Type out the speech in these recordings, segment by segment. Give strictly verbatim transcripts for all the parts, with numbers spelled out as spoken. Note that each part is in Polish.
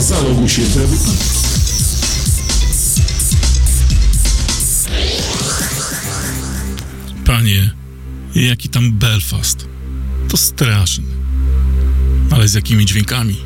Okazało się, że... Panie, jaki tam Belfast. To straszne. Ale z jakimi dźwiękami.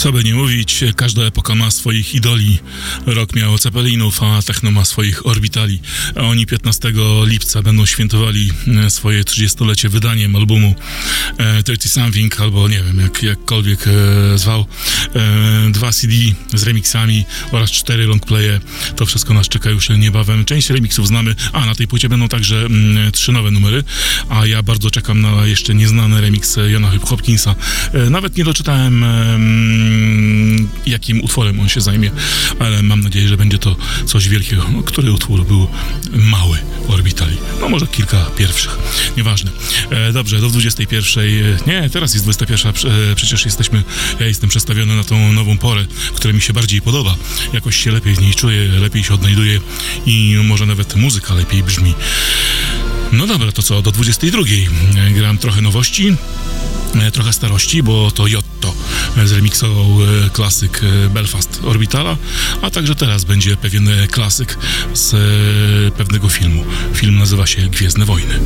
Co by nie mówić, każda epoka ma swoich idoli. Rock miał Zeppelinów, a techno ma swoich Orbitali. A oni piętnastego lipca będą świętowali swoje trzydziestolecie wydaniem albumu e, trzydzieści Something, albo nie wiem, jak, jakkolwiek e, zwał. E, dwa C D z remixami oraz cztery longplaye. To wszystko nas czeka już niebawem. Część remixów znamy, a na tej płycie będą także mm, trzy nowe numery, a ja bardzo czekam na jeszcze nieznany remix Jona Hopkinsa. E, nawet nie doczytałem e, jakim utworem on się zajmie, ale mam nadzieję, że będzie to coś wielkiego. No, który utwór był mały Orbitali? No może kilka pierwszych, nieważne. E, dobrze, do dwudziestej pierwszej, nie, teraz jest dwudziesta pierwsza, e, przecież jesteśmy, ja jestem przestawiony na tą nową porę, która mi się bardziej podoba, jakoś się lepiej w niej czuję, lepiej się odnajduję i może nawet muzyka lepiej brzmi. No dobra, to co, do dwudziestej drugiej e, gram trochę nowości, trochę starości, bo to Jotto zremiksował klasyk Belfast Orbitala, a także teraz będzie pewien klasyk z pewnego filmu. Film nazywa się Gwiezdne Wojny.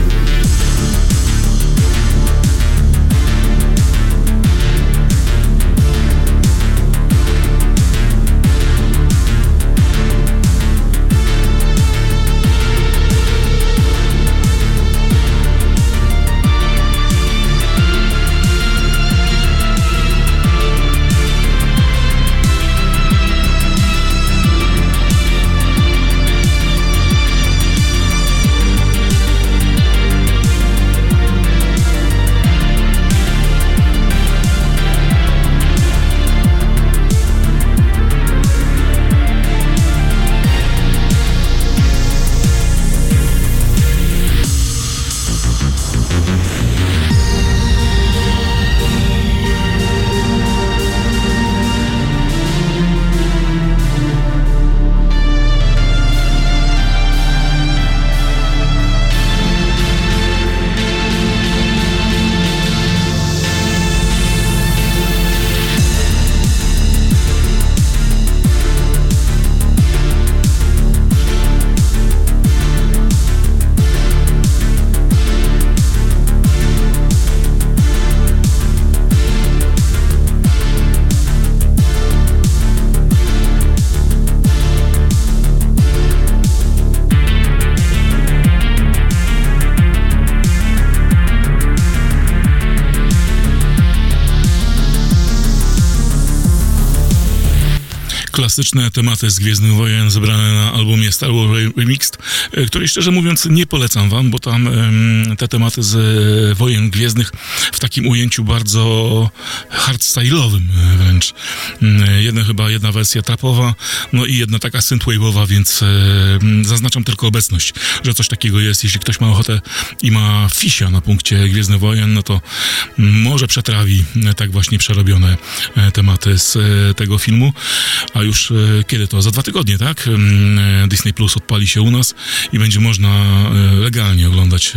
Klasyczne tematy z Gwiezdnych Wojen zebrane na albumie Star Wars Remixed, który szczerze mówiąc nie polecam wam, bo tam um, te tematy z Wojen Gwiezdnych w takim ujęciu bardzo hardstyle'owym wręcz. Jedna chyba, jedna wersja trapowa, no i jedna taka synthwave'owa, więc um, zaznaczam tylko obecność, że coś takiego jest. Jeśli ktoś ma ochotę i ma fisia na punkcie Gwiezdnych Wojen, no to może przetrawi tak właśnie przerobione tematy z tego filmu. A już kiedy to? Za dwa tygodnie, tak? Disney Plus odpali się u nas i będzie można legalnie oglądać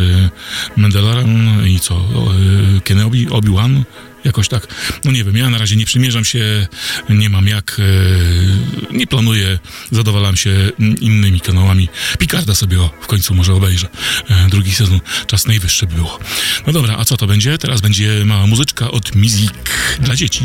Mandalorian i co? Kenobi, Obi-Wan? Jakoś tak. No nie wiem, ja na razie nie przymierzam się, nie mam jak, nie planuję, zadowalam się innymi kanałami. Picarda sobie o, w końcu może obejrzę. Drugi sezon, czas najwyższy by było. No dobra, a co to będzie? Teraz będzie mała muzyczka od Music dla dzieci.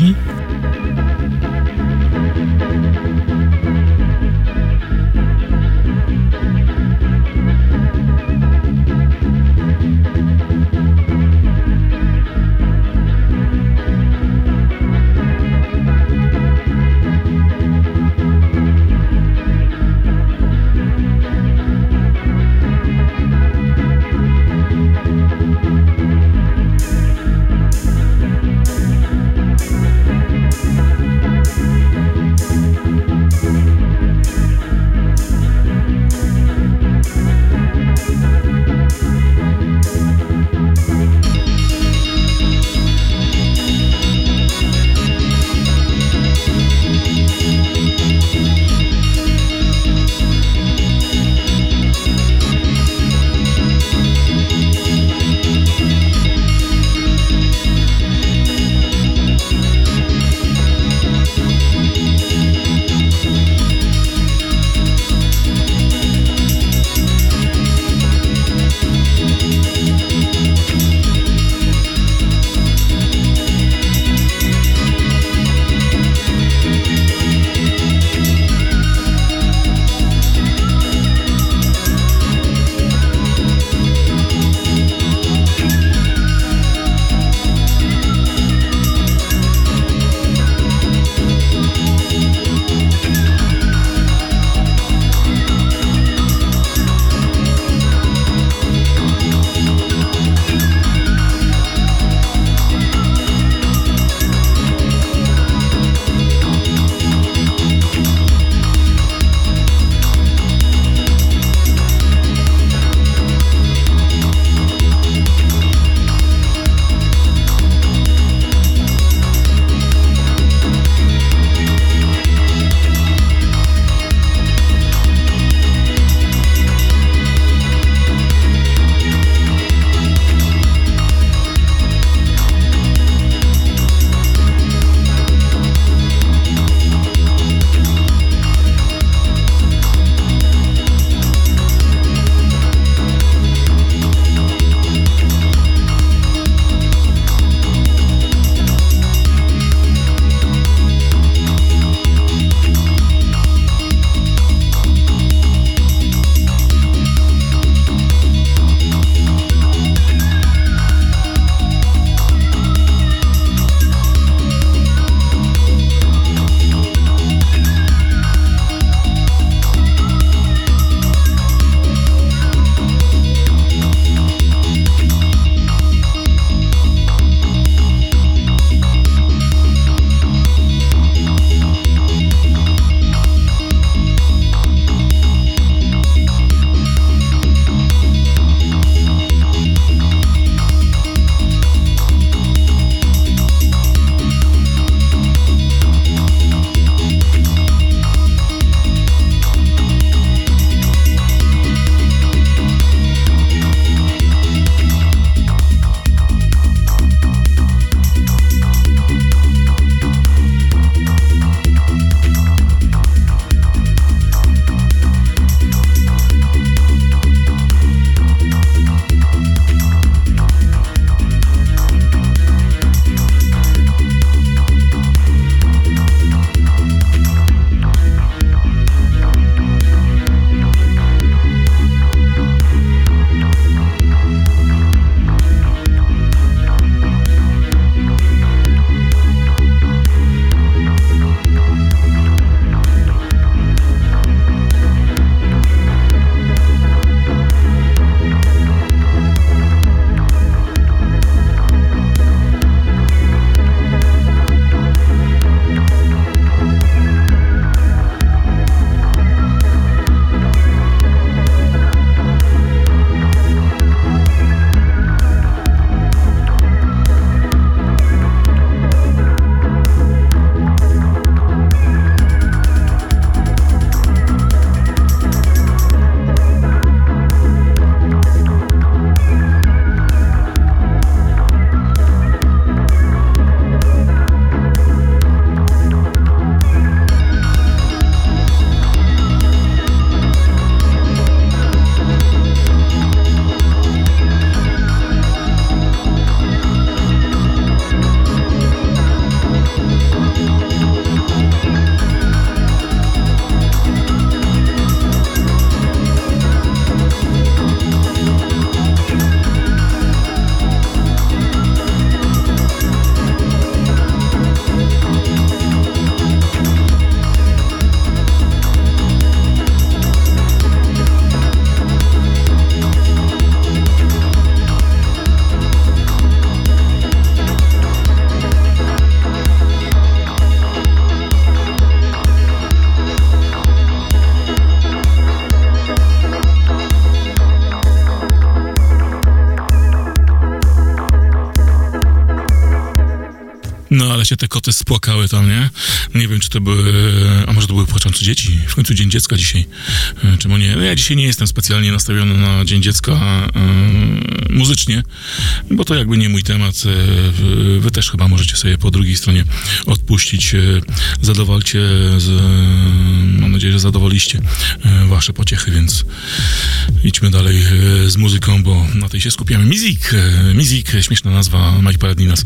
No, ale się te koty spłakały tam, nie? Nie wiem, czy to były, a może to były płaczące dzieci. W końcu Dzień Dziecka dzisiaj. E, Czemu nie? No, ja dzisiaj nie jestem specjalnie nastawiony na Dzień Dziecka e, muzycznie, bo to jakby nie mój temat. E, wy też chyba możecie sobie po drugiej stronie odpuścić. E, zadowolcie, z, mam nadzieję, że zadowoliście e, wasze pociechy, więc idźmy dalej e, z muzyką, bo na tej się skupiamy. Mizik, e, Mizik, śmieszna nazwa, Mike Paladinas.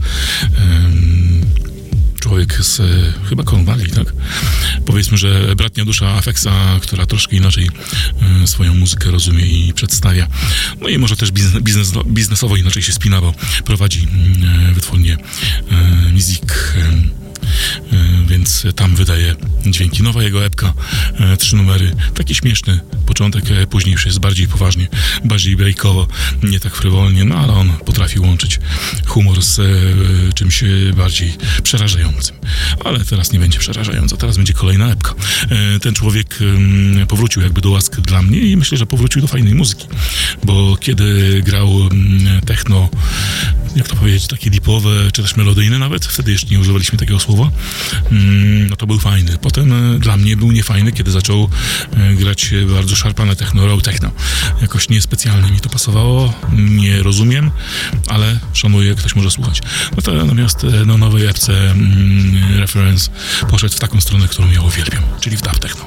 Człowiek z chyba Cornwalli, tak? Powiedzmy, że bratnia dusza Afexa, która troszkę inaczej y, swoją muzykę rozumie i przedstawia. No i może też biznes, biznes, biznesowo inaczej się spina, bo prowadzi y, wytwórnię y, Mizik. Y, więc tam wydaje dźwięki. Nowa jego epka, e, trzy numery, taki śmieszny początek, e, później już jest bardziej poważnie, bardziej breakowo, nie tak frywolnie, no ale on potrafi łączyć humor z e, czymś bardziej przerażającym. Ale teraz nie będzie przerażająco, teraz będzie kolejna epka. E, ten człowiek e, powrócił jakby do łask dla mnie i myślę, że powrócił do fajnej muzyki, bo kiedy grał e, techno, jak to powiedzieć, takie deepowe, czy też melodyjne nawet, wtedy jeszcze nie używaliśmy takiego słowa, no to był fajny. Potem dla mnie był niefajny, kiedy zaczął grać bardzo szarpane techno, raw techno. Jakoś niespecjalnie mi to pasowało, nie rozumiem, ale szanuję, ktoś może słuchać. No to natomiast na nowej epce mm, Reference poszedł w taką stronę, którą ja uwielbiam, czyli w dub techno.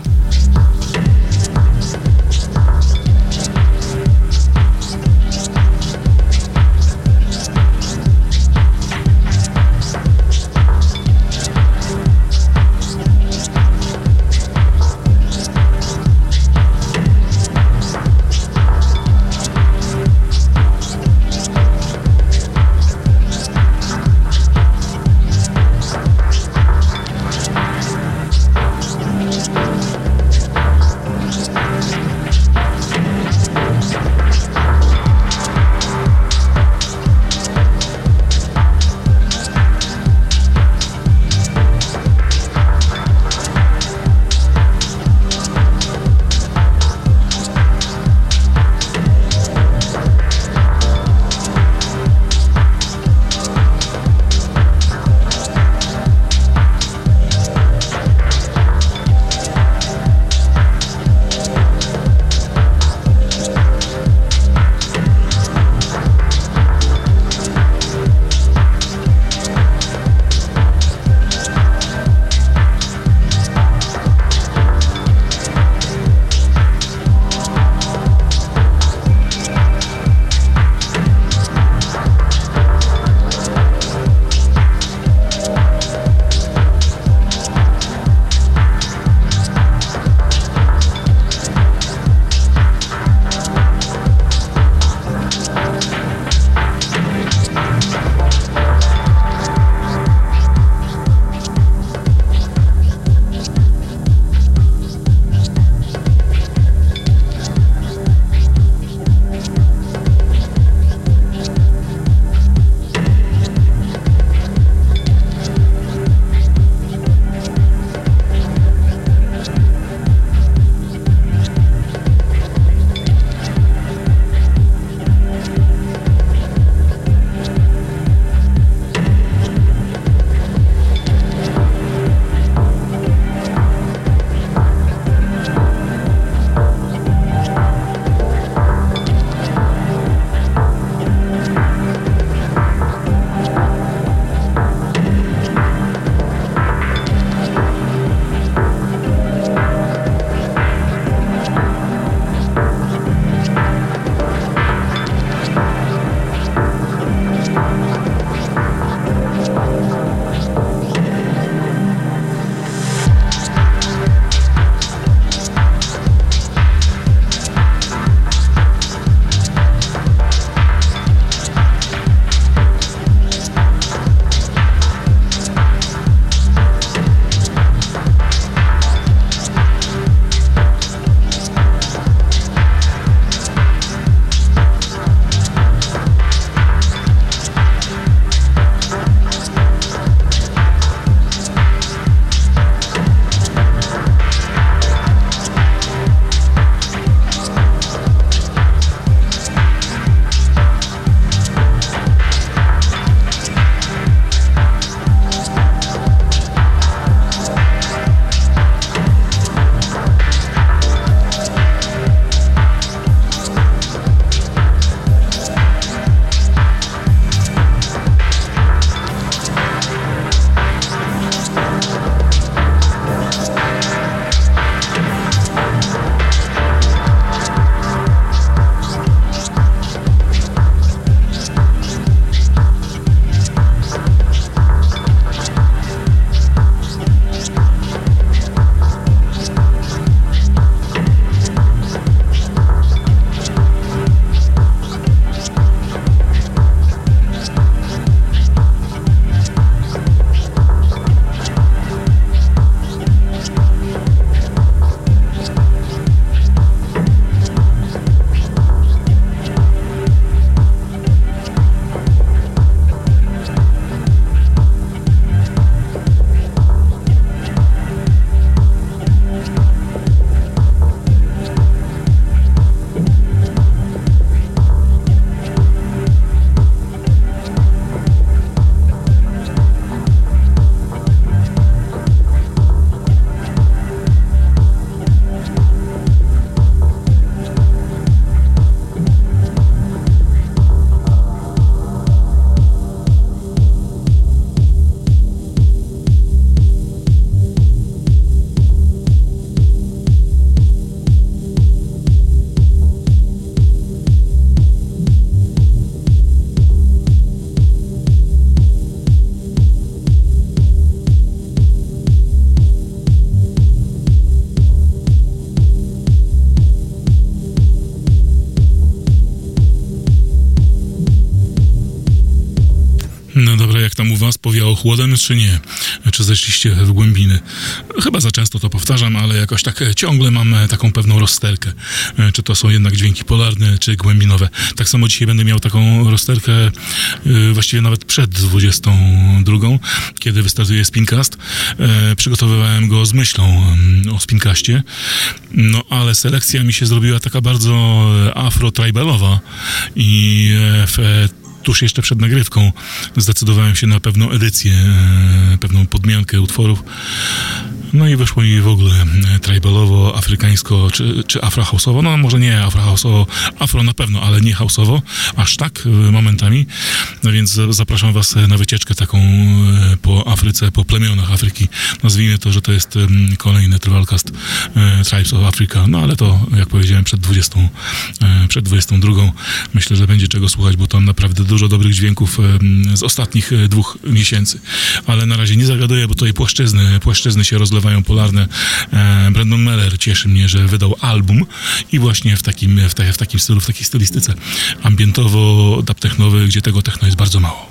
No dobra, jak tam u was? Powiało chłodem, czy nie? Czy zeszliście w głębiny? Chyba za często to powtarzam, ale jakoś tak ciągle mam taką pewną rozterkę. Czy to są jednak dźwięki polarne, czy głębinowe. Tak samo dzisiaj będę miał taką rozterkę yy, właściwie nawet przed dwudziestą drugą, kiedy wystartuje Spincast. Yy, przygotowywałem go z myślą yy, o Spincaście, no ale selekcja mi się zrobiła taka bardzo afro-tribalowa i yy, w tuż jeszcze przed nagrywką zdecydowałem się na pewną edycję, pewną podmiankę utworów. No i wyszło mi w ogóle tribalowo, afrykańsko czy, czy afro-houseowo. No może nie afro-houseowo, afro na pewno, ale nie houseowo, aż tak momentami. No więc zapraszam was na wycieczkę taką po Afryce, po plemionach Afryki. Nazwijmy to, że to jest kolejny Tribalcast Tribes of Africa. No ale to, jak powiedziałem, przed dwudziestą, przed dwudziestą drugą. Myślę, że będzie czego słuchać, bo tam naprawdę dużo dobrych dźwięków z ostatnich dwóch miesięcy. Ale na razie nie zagaduję, bo tutaj płaszczyzny, płaszczyzny się rozlewają polarne. Brandon Meller cieszy mnie, że wydał album i właśnie w takim, w, te, w takim stylu, w takiej stylistyce ambientowo, dub-technowy, gdzie tego techno jest bardzo mało.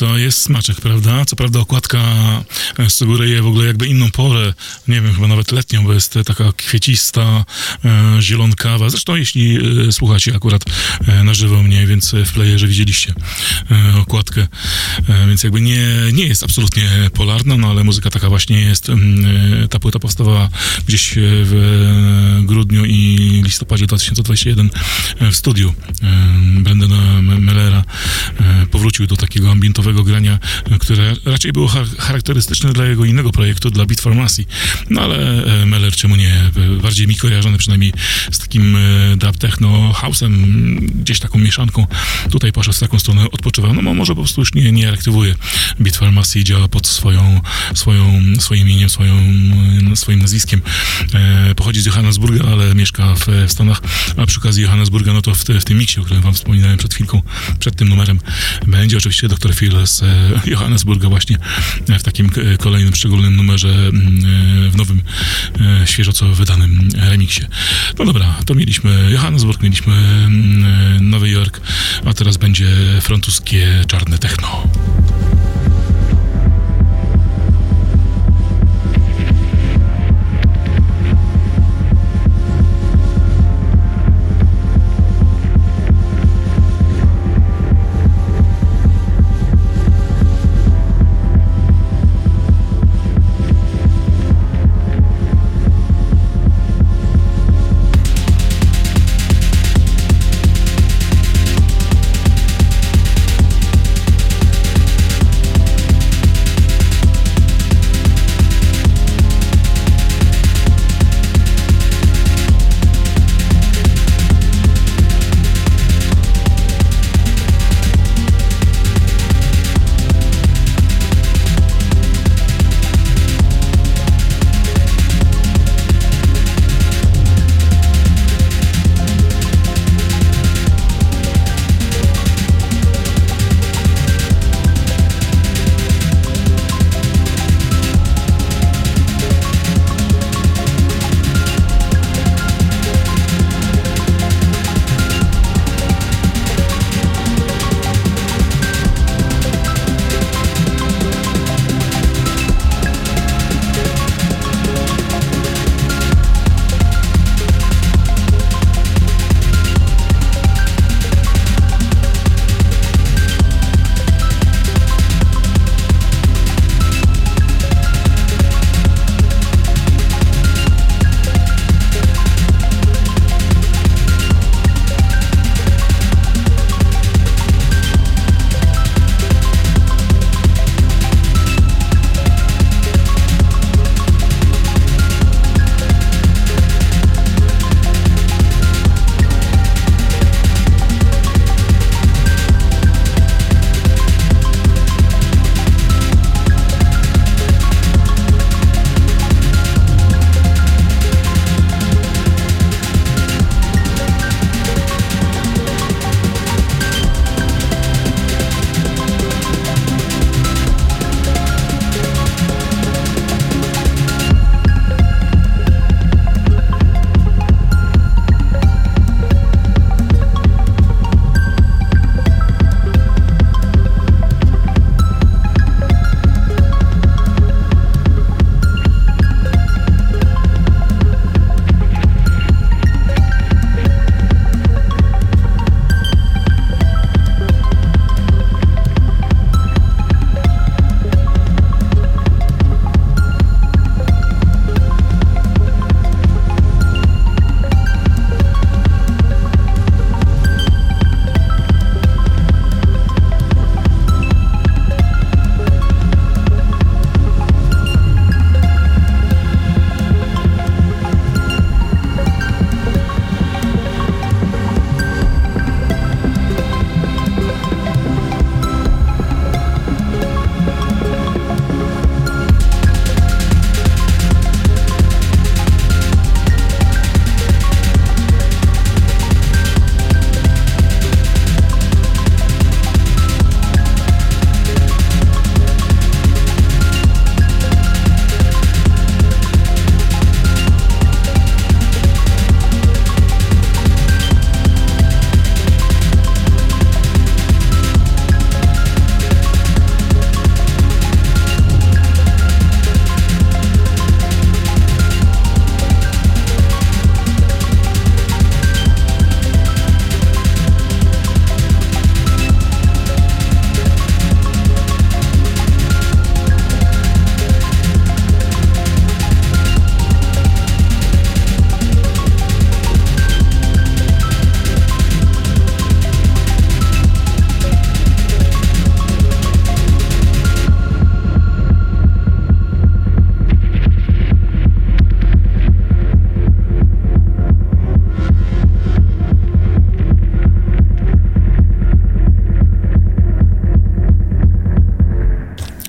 To jest smaczek, prawda? Co prawda okładka sugeruje w ogóle jakby inną porę, nie wiem, chyba nawet letnią, bo jest taka kwiecista, e, zielonkawa. Zresztą jeśli e, słuchacie akurat e, na żywo mnie, więc w playerze widzieliście e, okładkę, e, więc jakby nie, nie jest absolutnie polarna, no ale muzyka taka właśnie jest. E, ta płyta powstawała gdzieś w grudniu i listopadzie dwa tysiące dwudziestego pierwszego w studiu e, Brendana Mellera. E, powrócił do takiego ambientowego grania, które raczej było charakterystyczne dla jego innego projektu, dla Beat for Massey. No ale Meller, czemu nie? Bardziej mi kojarzony przynajmniej z takim dub techno house'em, gdzieś taką mieszanką. Tutaj poszedł w taką stronę, odpoczywał. No może po prostu już nie, nie reaktywuje Beat for Massey, działa pod swoją, swoją, swoim imieniem, swoją, swoim nazwiskiem. E, pochodzi z Johannesburga, ale mieszka w, w Stanach, a przy okazji Johannesburga, no to w, te, w tym miksie, o którym wam wspominałem przed chwilką, przed tym numerem, będzie oczywiście doktor Phil z Johannesburga właśnie w takim kolejnym, szczególnym numerze w nowym, świeżo co wydanym remiksie. No dobra, to mieliśmy Johannesburg, mieliśmy Nowy Jork, a teraz będzie francuskie czarne techno.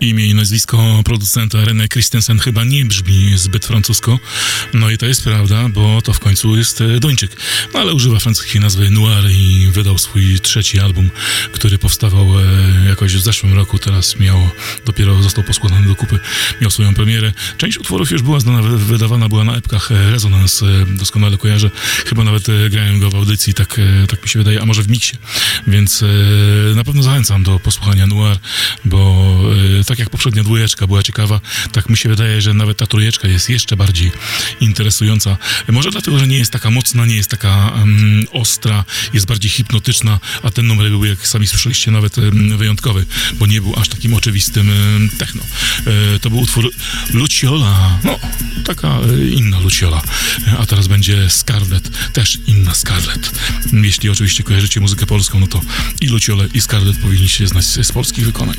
Imię i nazwisko producenta René Christensen chyba nie brzmi zbyt francusko. No i to jest prawda, bo to w końcu jest Duńczyk. No ale używa francuskiej nazwy Noir i wydał swój trzeci album, który powstawał jakoś w zeszłym roku. Teraz miał, dopiero został poskładany do kupy. Miał swoją premierę. Część utworów już była znana, wydawana była na epkach Resonance. Doskonale kojarzę. Chyba nawet grałem go w audycji, tak, tak mi się wydaje, a może w miksie. Więc na pewno zachęcam do posłuchania Noir, bo tak jak poprzednia dwójeczka była ciekawa, tak mi się wydaje, że nawet ta trójeczka jest jeszcze bardziej interesująca. Może dlatego, że nie jest taka mocna, nie jest taka um, ostra, jest bardziej hipnotyczna, a ten numer był, jak sami słyszeliście, nawet um, wyjątkowy, bo nie był aż takim oczywistym um, techno. E, to był utwór Luciola, no, taka e, inna Luciola. A teraz będzie Scarlett, też inna Scarlett. Jeśli oczywiście kojarzycie muzykę polską, no to i Luciole, i Scarlett powinniście znać z polskich wykonań.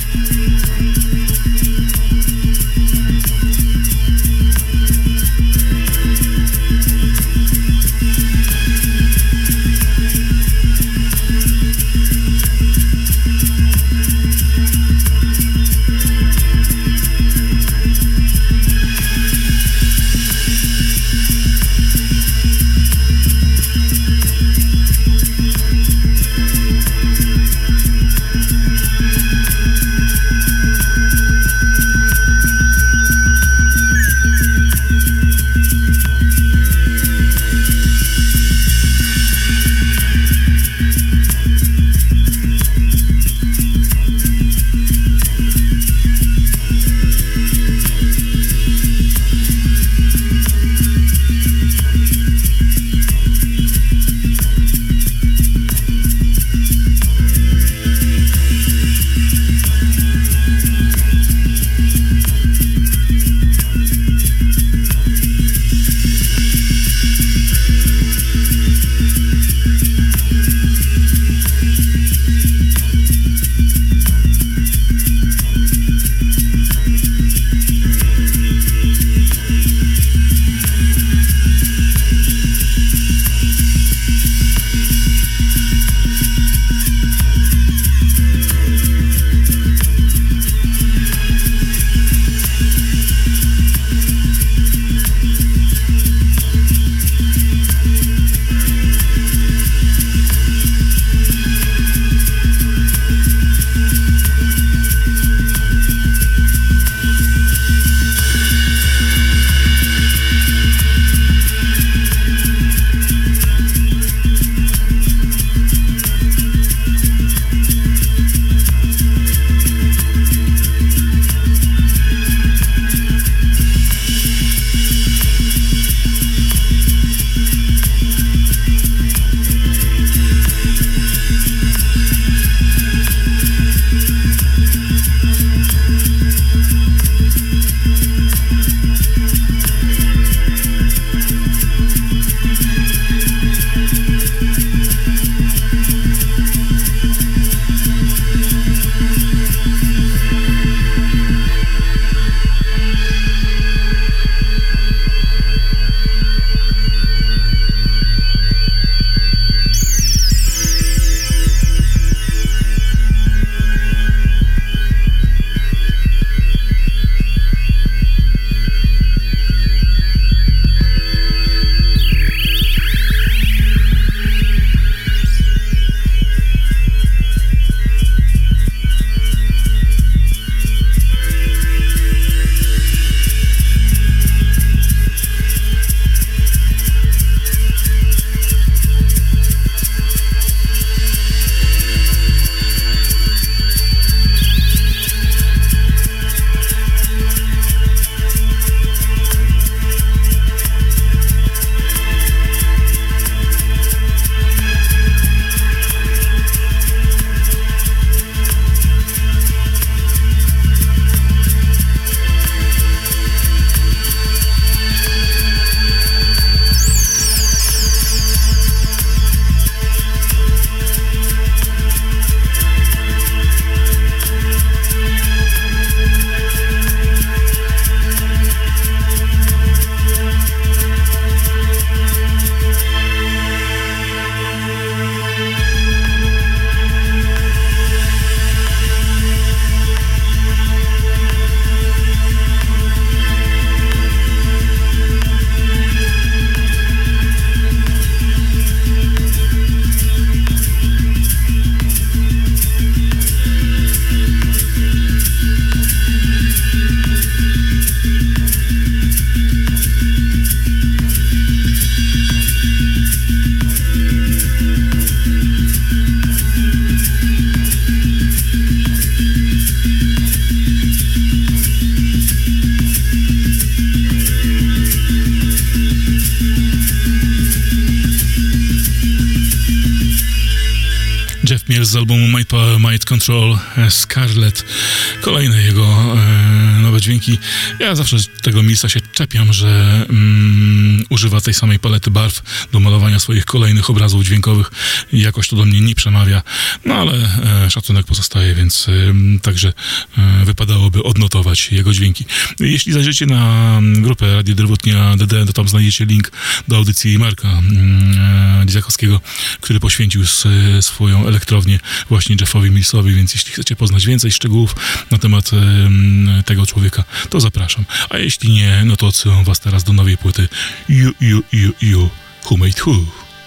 Mills z albumu Might Power, Might Control, Scarlet. Kolejne jego e, nowe dźwięki. Ja zawsze tego Millsa się czepiam, że mm, używa tej samej palety barw do malowania swoich kolejnych obrazów dźwiękowych i jakoś to do mnie nie przemawia. No ale e, szacunek pozostaje, więc e, także e, wypadałoby odnotować jego dźwięki. Jeśli zajrzycie na grupę Radio Drewutnia D D, to tam znajdziecie link do audycji Marka e, Lizakowskiego, który poświęcił s, swoją elektrownię właśnie Jeffowi Millsowi, więc jeśli chcecie poznać więcej szczegółów na temat e, tego człowieka, to zapraszam. A jeśli nie, no to odsyłam was teraz do nowej płyty You, You, You, You, Who Made Who.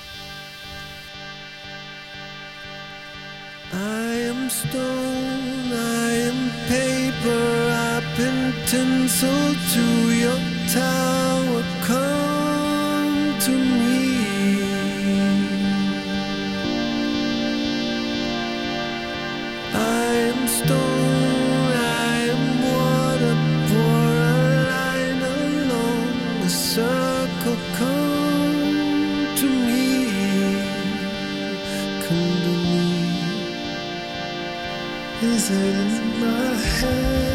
I am stone, I am paper, I've been tinsel to your tower, come to me. I am stone, I am water, pour a line along the circle, come to me, come to me. Is it in my head?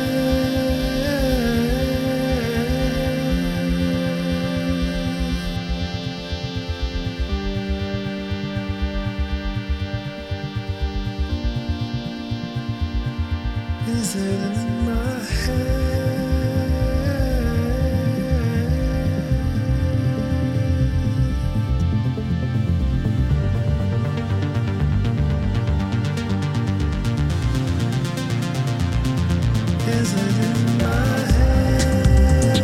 Is it in my head? Is it in my head?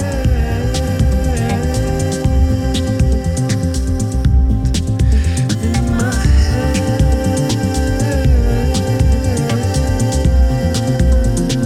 In my head.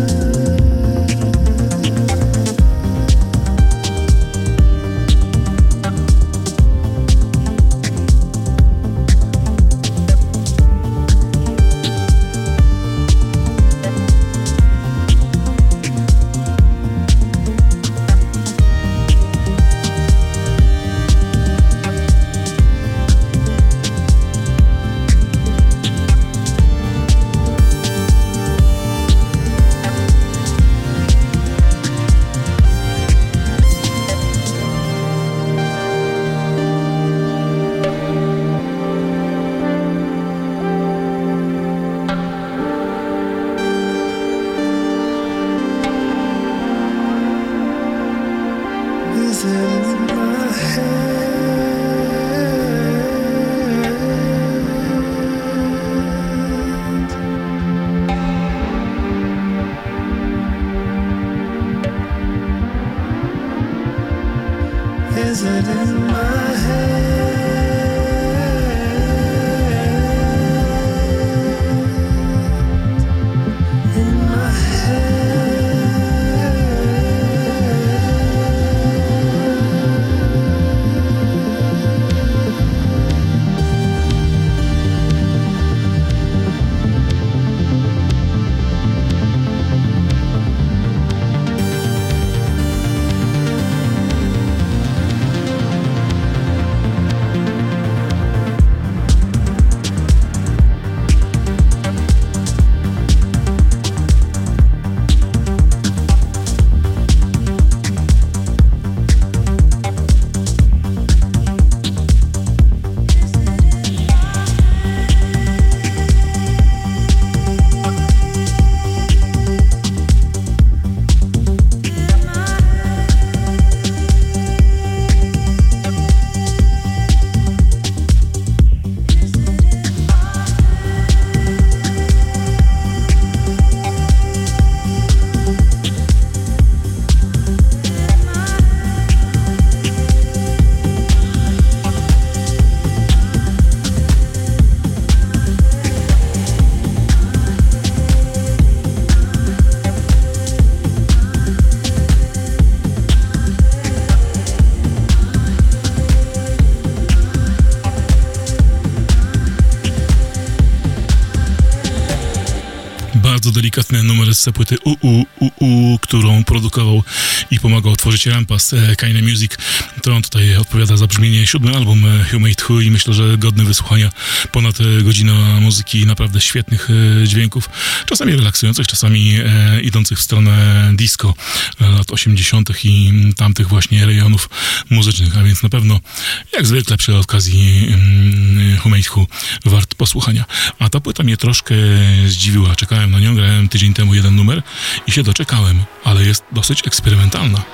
bardzo delikatny numer z płyty U U U U, którą produkował i pomagał tworzyć Rampas, Kaine Music. To on tutaj odpowiada za brzmienie siódmy album Who Made Who i myślę, że godny wysłuchania. Ponad godzina muzyki, naprawdę świetnych dźwięków, czasami relaksujących, czasami e, idących w stronę disco lat osiemdziesiątych i tamtych właśnie rejonów muzycznych, a więc na pewno jak zwykle przy okazji um, Who Made Who wart posłuchania. A ta płyta mnie troszkę zdziwiła, czekałem na nią, grałem tydzień temu jeden numer i się doczekałem, ale jest dosyć eksperymentalna.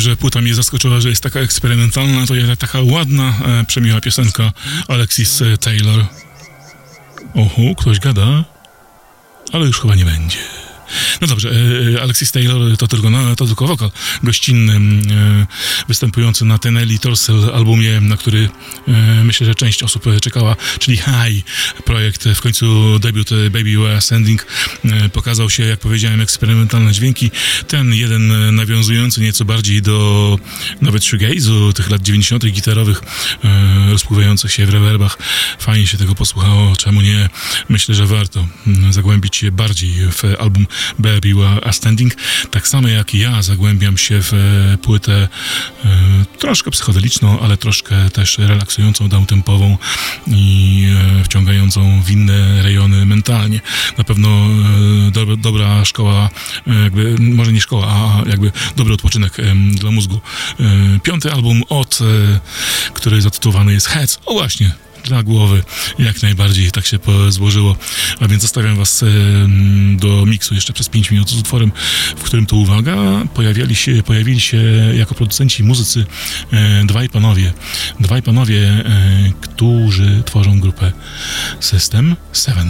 że płyta mnie zaskoczyła, że jest taka eksperymentalna, to jest taka ładna, e, przemiła piosenka Alexis Taylor. Oho, ktoś gada, ale już chyba nie będzie. No dobrze, e, Alexis Taylor to tylko, no, to tylko wokal gościnny, e, występujący na Tenelli Torsel albumie, na który e, myślę, że część osób czekała, czyli High, projekt, w końcu debiut Baby We Are Ascending, e, pokazał się, jak powiedziałem, eksperymentalne dźwięki, ten jeden nawiązujący nieco bardziej do nawet shoegaze'u, tych lat dziewięćdziesiątych gitarowych, e, rozpływających się w rewerbach. Fajnie się tego posłuchało, czemu nie? Myślę, że warto mm, zagłębić się bardziej w album Baby We Are Ascending, tak samo jak ja zagłębiam się w e, płytę e, troszkę psychodeliczną, ale troszkę też relaksującą, downtempową i e, wciągającą w inne rejony mentalnie. Na pewno e, do, dobra szkoła, e, jakby, może nie szkoła, a jakby dobry odpoczynek e, dla mózgu. E, piąty album od, e, który zatytułowany jest Heads. O właśnie, dla głowy, jak najbardziej tak się złożyło, a więc zostawiam was e, do miksu jeszcze przez pięć minut z utworem, w którym to, uwaga, pojawiali się, pojawili się jako producenci muzycy e, dwaj panowie, dwaj panowie, e, którzy tworzą grupę System Seven.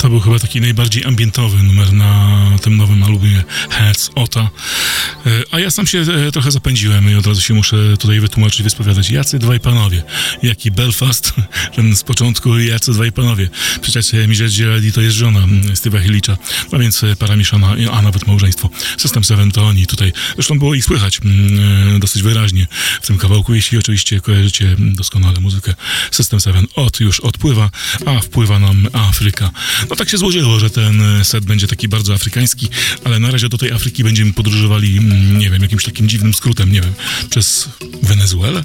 był chyba taki najbardziej ambientowy numer na tym nowym albumie Heads Ota. A ja sam się trochę zapędziłem i od razu się muszę tutaj wytłumaczyć, wyspowiadać. Jacy dwaj panowie, jaki Belfast, ten z początku, jacy dwaj panowie. Przecież Michelle Girardi to jest żona Steve'a Hillicha, a więc para mieszana, a nawet małżeństwo. System Seven to oni tutaj. Zresztą było ich słychać dosyć wyraźnie w tym kawałku, jeśli oczywiście kojarzycie doskonale muzykę. System Seven od już odpływa, a wpływa nam Afryka. No tak się złożyło, że ten set będzie taki bardzo afrykański, ale na razie do tej Afryki będziemy podróżowali, nie wiem, jakimś takim dziwnym skrótem, nie wiem, przez Wenezuelę?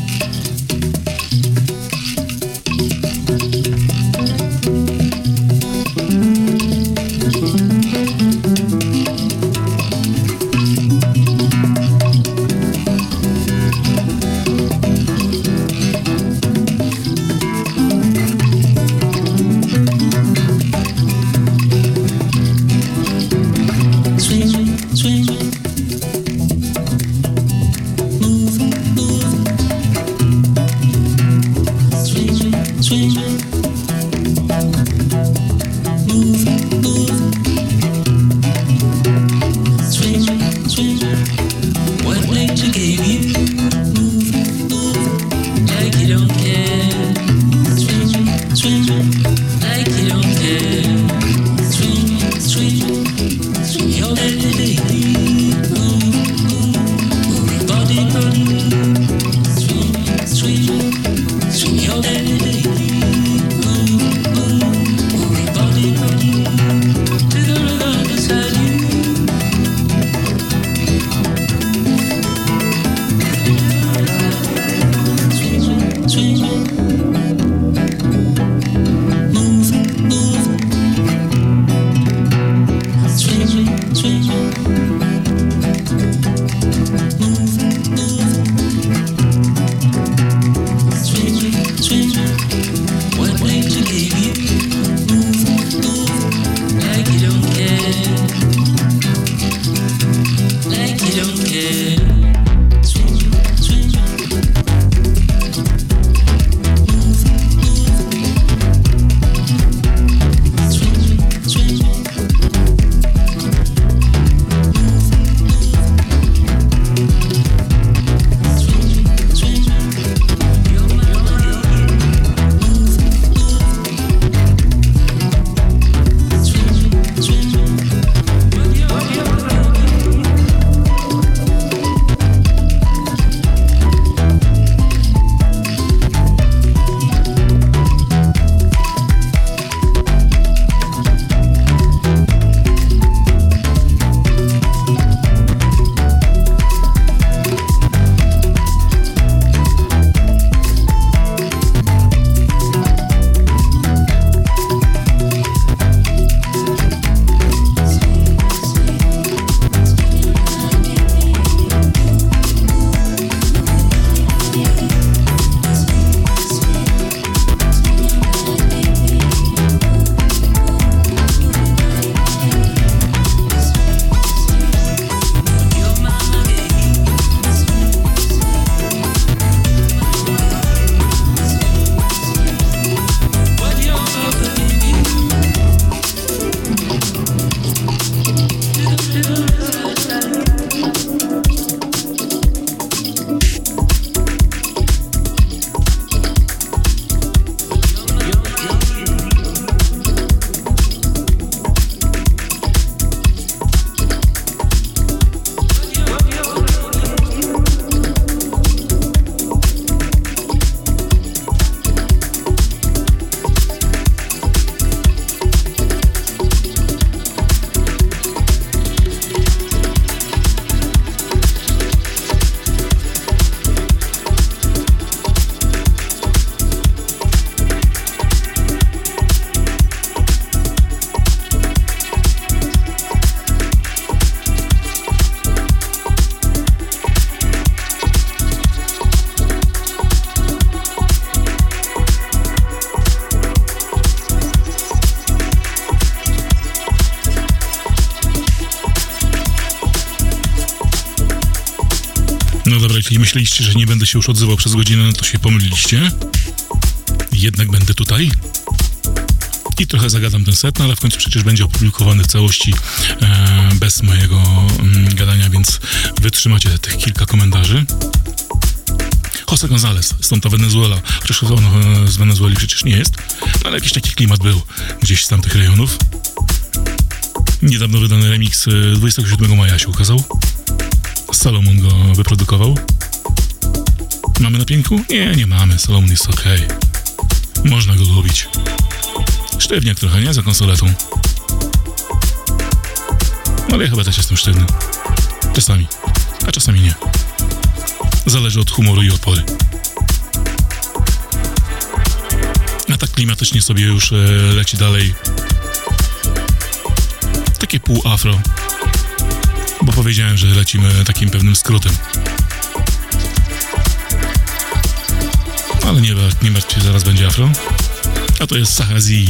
No dobra, jeśli myśleliście, że nie będę się już odzywał przez godzinę, no to się pomyliliście. Jednak będę tutaj. i trochę zagadam ten set, no ale w końcu przecież będzie opublikowany w całości e, bez mojego mm, gadania, więc wytrzymacie tych kilka komentarzy. Jose Gonzalez, stąd ta Wenezuela, chociaż on z Wenezueli przecież nie jest, no ale jakiś taki klimat był gdzieś z tamtych rejonów. Niedawno wydany remix dwudziestego siódmego maja się ukazał. Salomon go wyprodukował. Mamy na pięku? Nie, nie mamy. Salomon jest okej. Okay. Można go lubić. Sztywniak trochę, nie? Za konsoletą. No ale ja chyba też jestem sztywny. Czasami. A czasami nie. Zależy od humoru i opory. A tak klimatycznie sobie już e, leci dalej. Takie pół afro. Bo powiedziałem, że lecimy takim pewnym skrótem. Ale nie, nie martw się, zaraz będzie afro. A to jest Sahazi.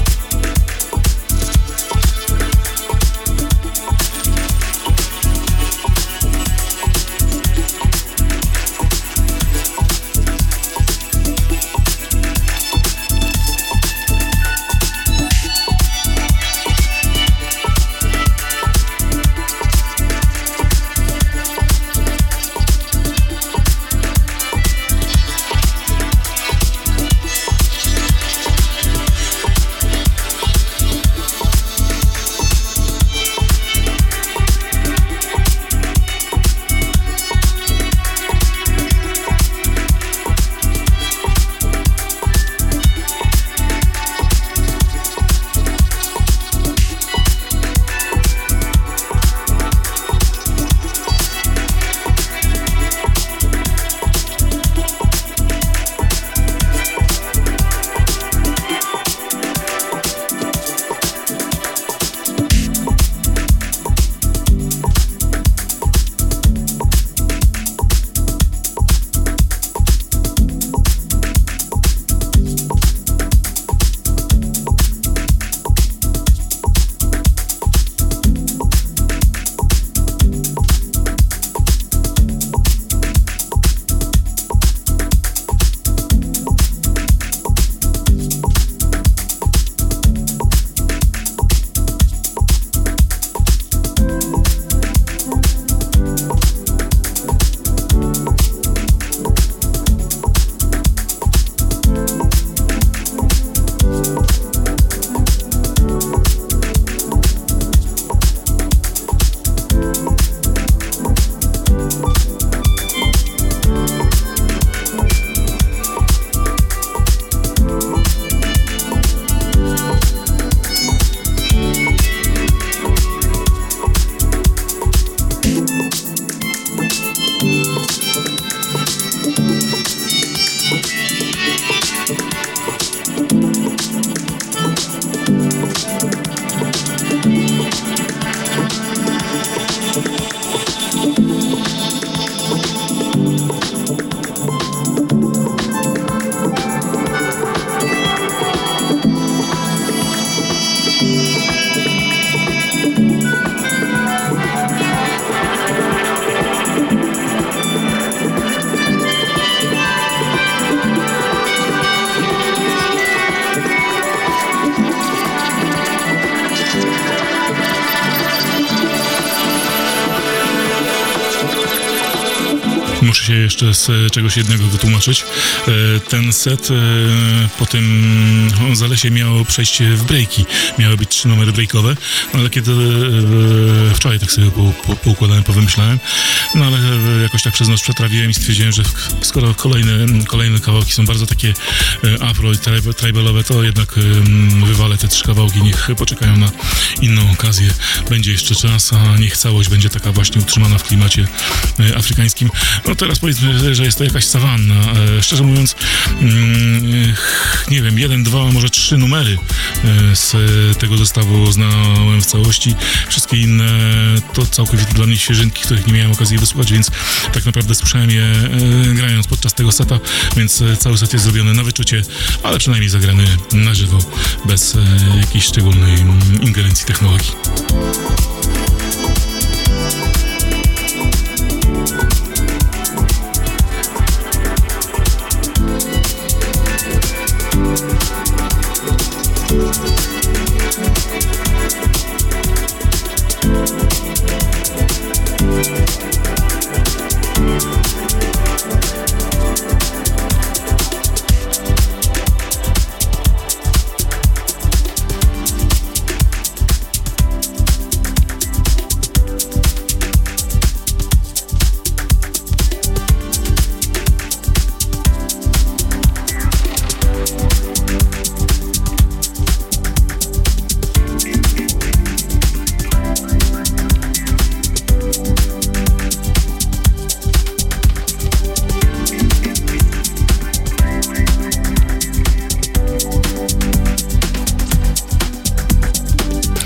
Muszę się jeszcze z czegoś jednego wytłumaczyć. Ten set po tym Gonzalesie miał przejść w breaki. Miały być trzy numery breakowe, no ale kiedy wczoraj tak sobie po, po, poukładałem, powymyślałem, no ale jakoś tak przez noc przetrawiłem i stwierdziłem, że skoro kolejne, kolejne kawałki są bardzo takie afro i tribalowe, to jednak wywalę te trzy kawałki, niech poczekają na inną okazję. Będzie jeszcze czas, a niech całość będzie taka właśnie utrzymana w klimacie afrykańskim. No teraz powiedzmy, że jest to jakaś sawanna. Szczerze mówiąc, nie wiem, jeden, dwa, może trzy numery z tego zestawu znałem w całości. Wszystkie inne to całkowicie dla mnie świeżynki, których nie miałem okazji wysłuchać, więc tak naprawdę słyszałem je grając podczas tego seta, więc cały set jest zrobiony na wyczucie, ale przynajmniej zagrany na żywo, bez jakiejś szczególnej ingerencji technologii.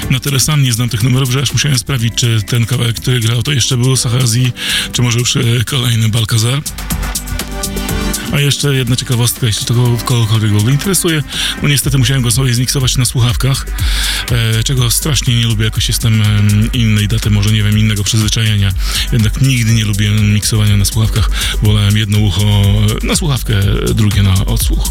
Na tyle sam nie znam tych numerów, że aż musiałem sprawdzić, czy ten kawałek, który grał, to jeszcze był Sahazi, czy może już e, kolejny Balkazar. A jeszcze jedna ciekawostka, jeśli to kogokolwiek w ogóle interesuje, no niestety musiałem go sobie zmiksować na słuchawkach, e, czego strasznie nie lubię, jakoś jestem e, innej daty, może nie wiem, innego przyzwyczajenia, jednak nigdy nie lubiłem miksowania na słuchawkach, wolałem jedno ucho na słuchawkę, drugie na odsłuch.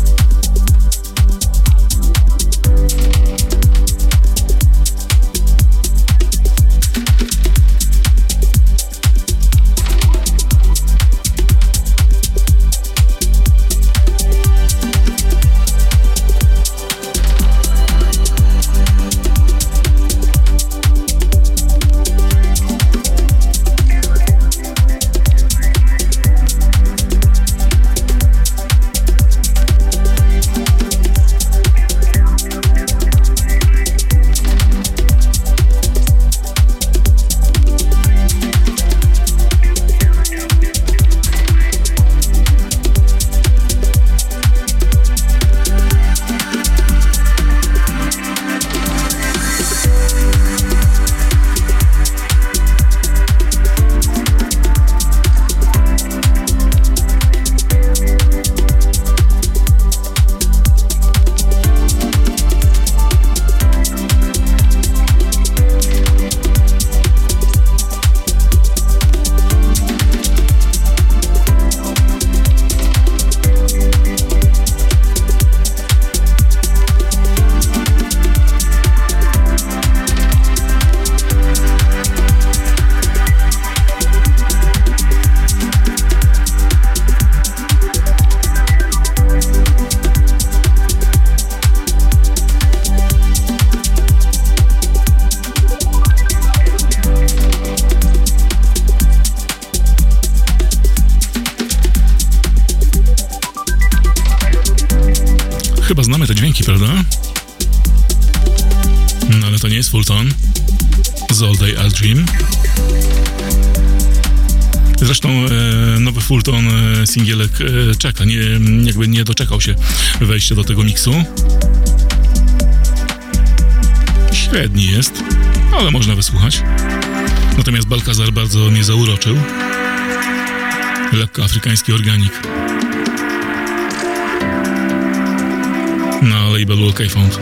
Chyba znamy te dźwięki, prawda? No ale to nie jest Fulton z All Day I'll Dream. Zresztą e, nowy Fulton e, singielek e, czeka, nie, jakby nie doczekał się wejścia do tego miksu. Średni jest, ale można wysłuchać. Natomiast Balkazar bardzo mnie zauroczył. Lekko afrykański organik. Na labelu K-Found.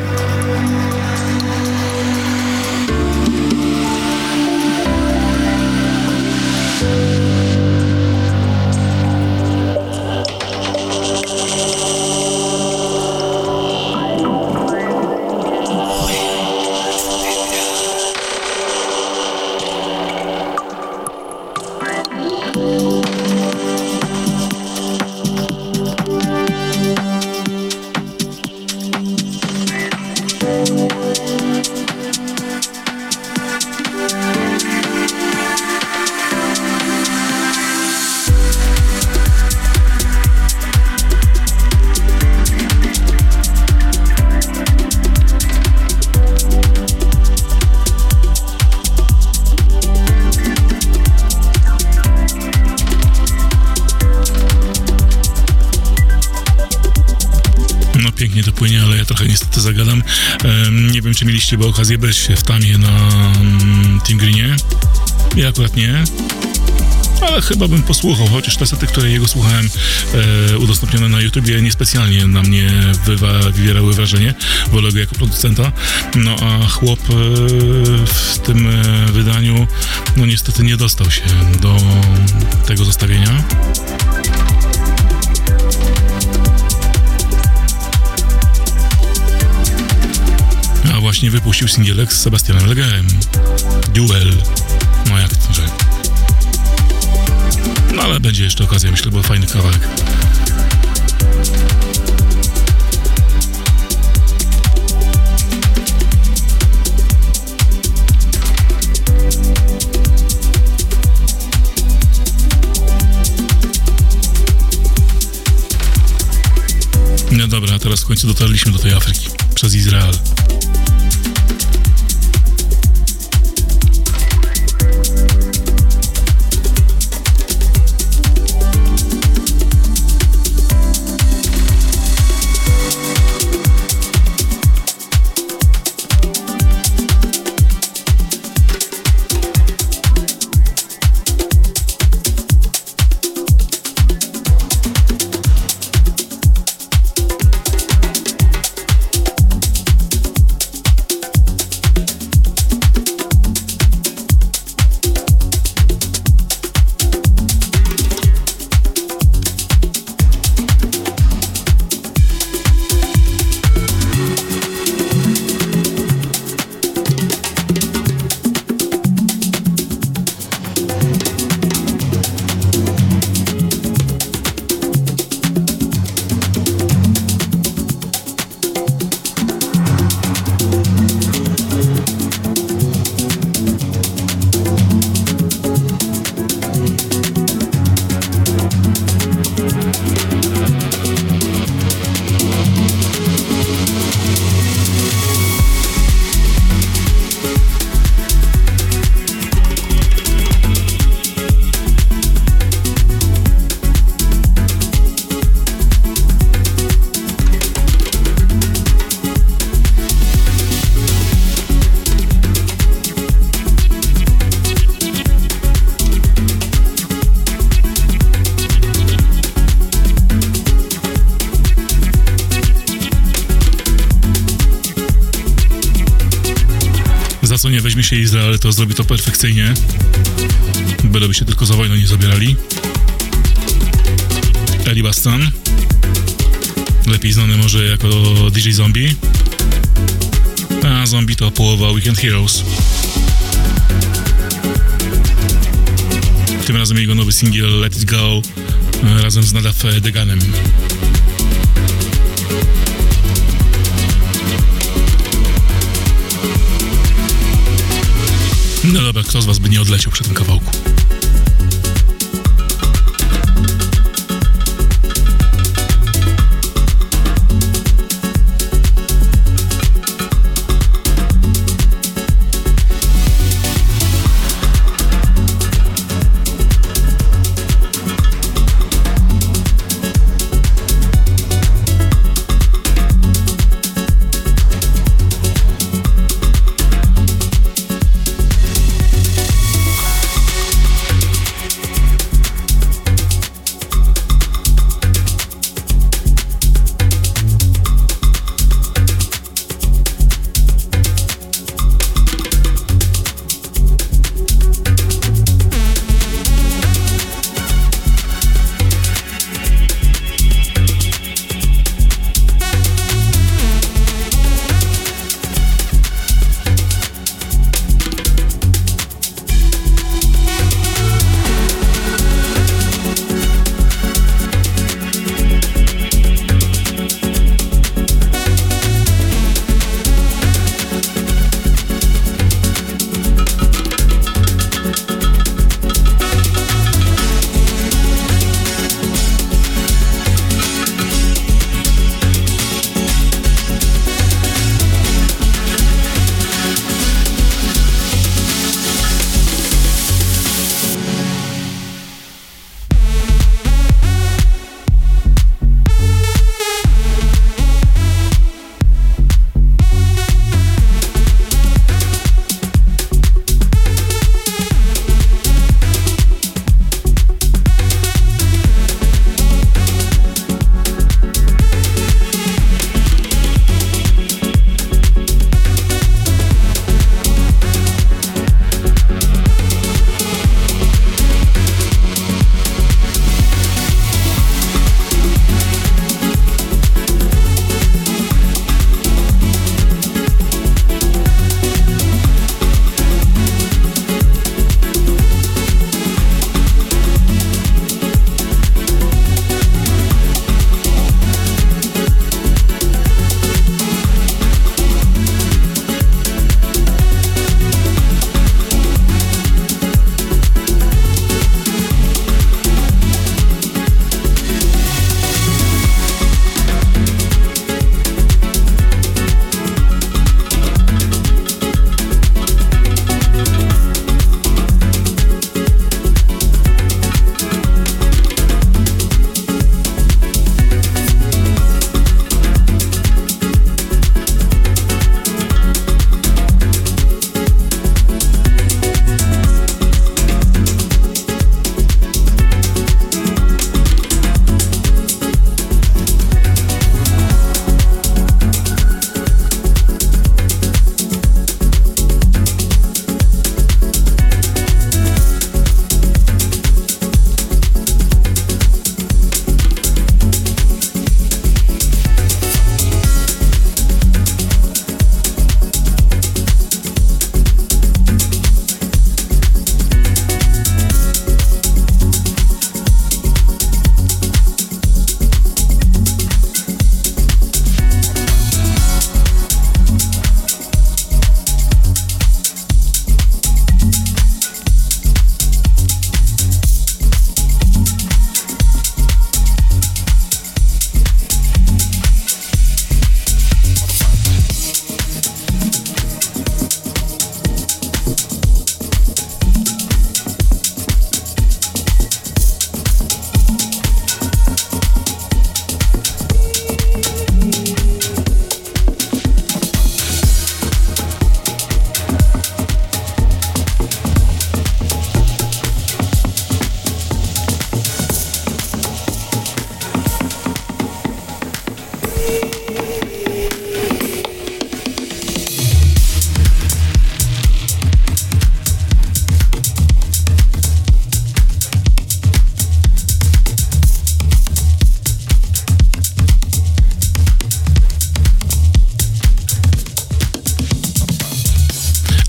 Pięknie to płynie, ale ja trochę niestety zagadam. Ehm, nie wiem, czy mieliście okazję być w Tamie na mm, Tim Greenie. Ja akurat nie. Ale chyba bym posłuchał, chociaż te sety, które jego słuchałem e, udostępnione na YouTubie, niespecjalnie na mnie wywa, wywierały wrażenie. Wolę go jako producenta. No a chłop e, w tym e, wydaniu no niestety nie dostał się do tego zestawienia. A właśnie wypuścił singielek z Sebastianem Legerem. Duel. No jak to, że... No ale będzie jeszcze okazja, myślę, bo fajny kawałek. No dobra, a teraz w końcu dotarliśmy do tej Afryki. Przez Izrael. co nie weźmie się Izrael, to zrobi to perfekcyjnie. Byleby się tylko za wojną nie zabierali. Eli Bastan, lepiej znany może jako D J Zombie, a Zombie to połowa Weekend Heroes. Tym razem jego nowy singiel Let It Go razem z Nadav Deganem. No dobra, kto z was by nie odleciał przy tym kawałku?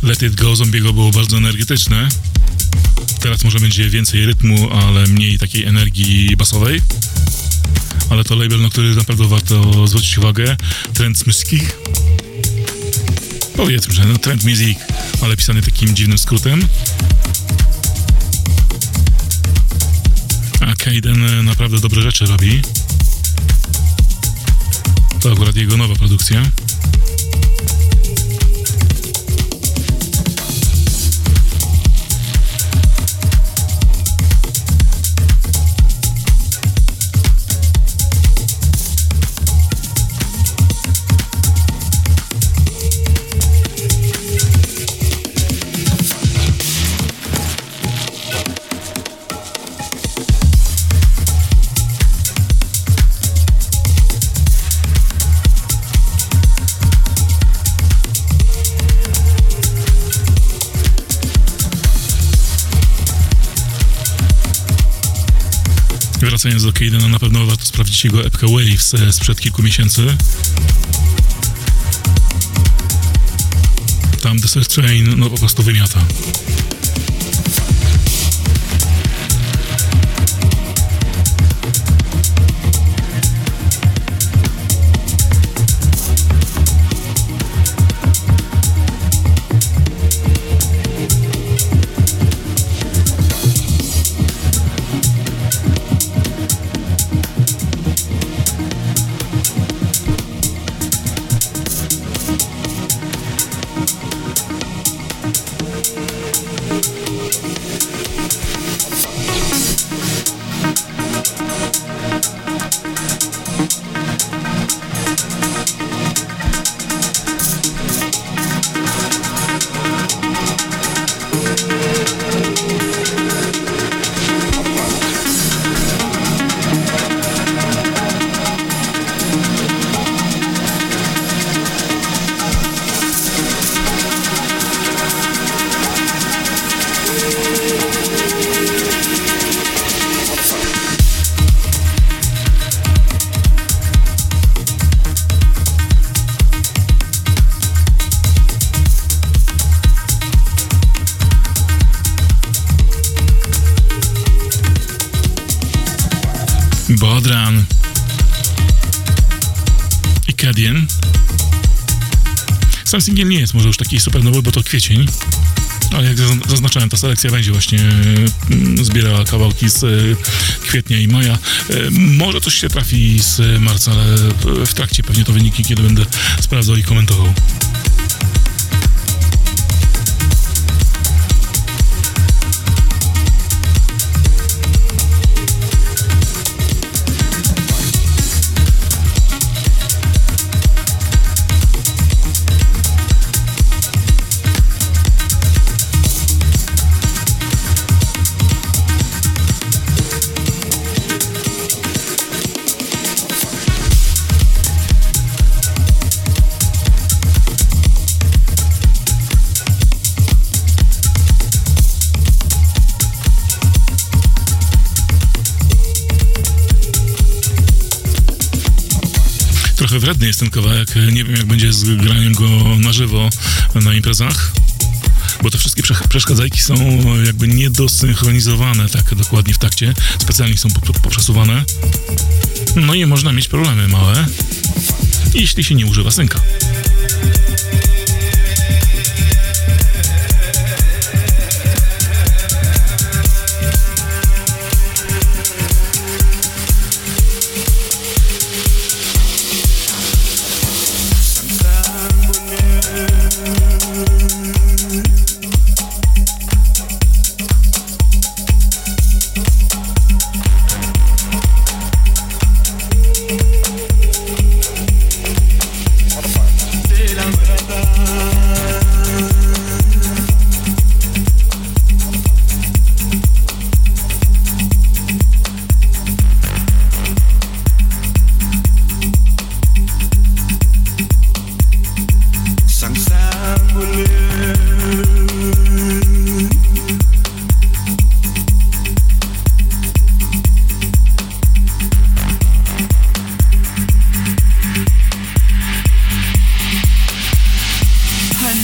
Let It Go Zombiego było bardzo energetyczne. Teraz może będzie więcej rytmu, ale mniej takiej energii basowej. Ale to label, na który naprawdę warto zwrócić uwagę. Trend Music. Powiedzmy, że no, Trend Music, ale pisany takim dziwnym skrótem. A Kaiden naprawdę dobre rzeczy robi. To akurat jego nowa produkcja. Wracając do Kaidena, na pewno warto sprawdzić jego epkę Waves sprzed kilku miesięcy. Tam Desert Train no po prostu wymiata. Badran i Kadien. Sam singiel nie jest może już taki super nowy, bo to kwiecień, ale jak zaznaczałem, ta selekcja będzie właśnie zbierała kawałki z kwietnia i maja. Może coś się trafi z marca, ale w trakcie pewnie to wyniki, kiedy będę sprawdzał i komentował. Trochę wredny jest ten kawałek, nie wiem jak będzie z graniem go na żywo na imprezach, bo te wszystkie przeszkadzajki są jakby niedosynchronizowane tak dokładnie w takcie, specjalnie są poprzesuwane, no i można mieć problemy małe, jeśli się nie używa synka. Feel I'm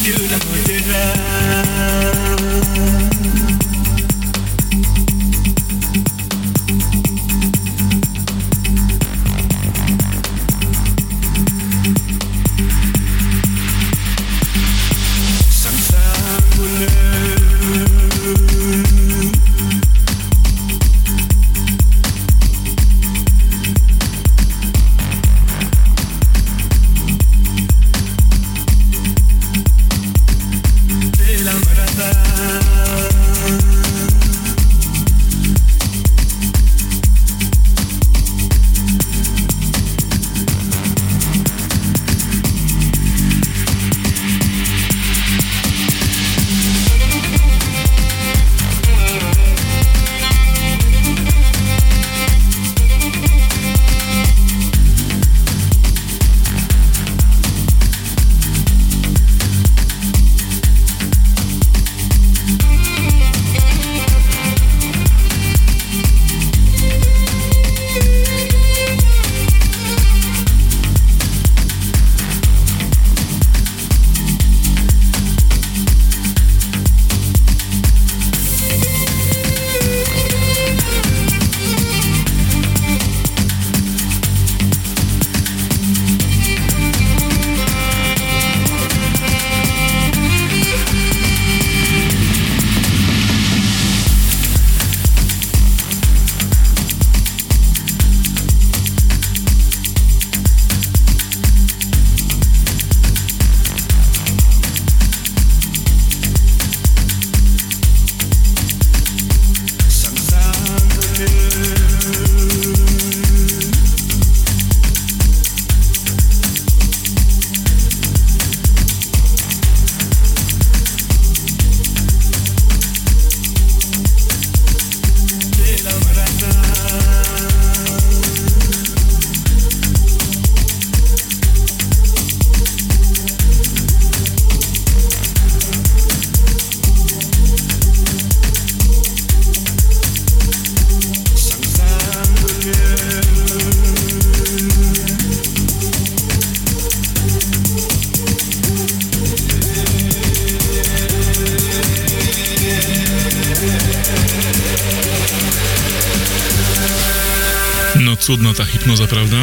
Cudna ta hipnoza, prawda?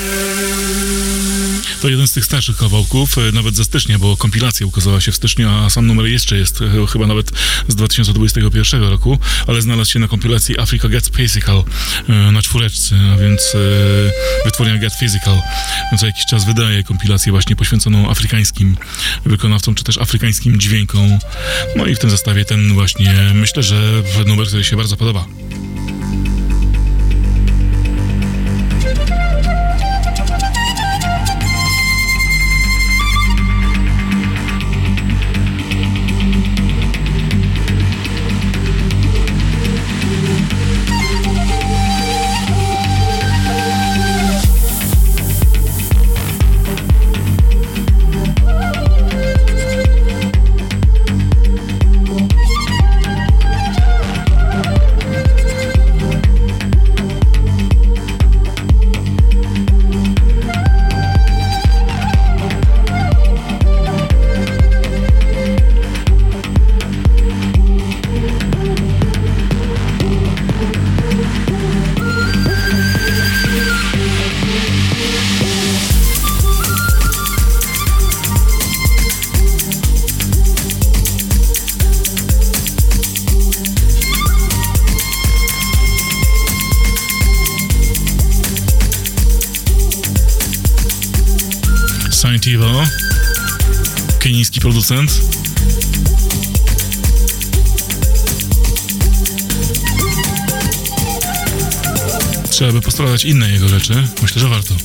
To jeden z tych starszych kawałków, nawet ze stycznia, bo kompilacja ukazała się w styczniu, a sam numer jeszcze jest chyba nawet z dwa tysiące dwudziestego pierwszego roku, ale znalazł się na kompilacji Africa Gets Physical na czwóreczce, a więc wytwórnia Get Physical co jakiś czas wydaje kompilację właśnie poświęconą afrykańskim wykonawcom, czy też afrykańskim dźwiękom. No i w tym zestawie ten właśnie, myślę, że numer, który się bardzo podoba. Scientivo, kenijski producent. Trzeba by posprawdzać inne jego rzeczy. Myślę, że warto.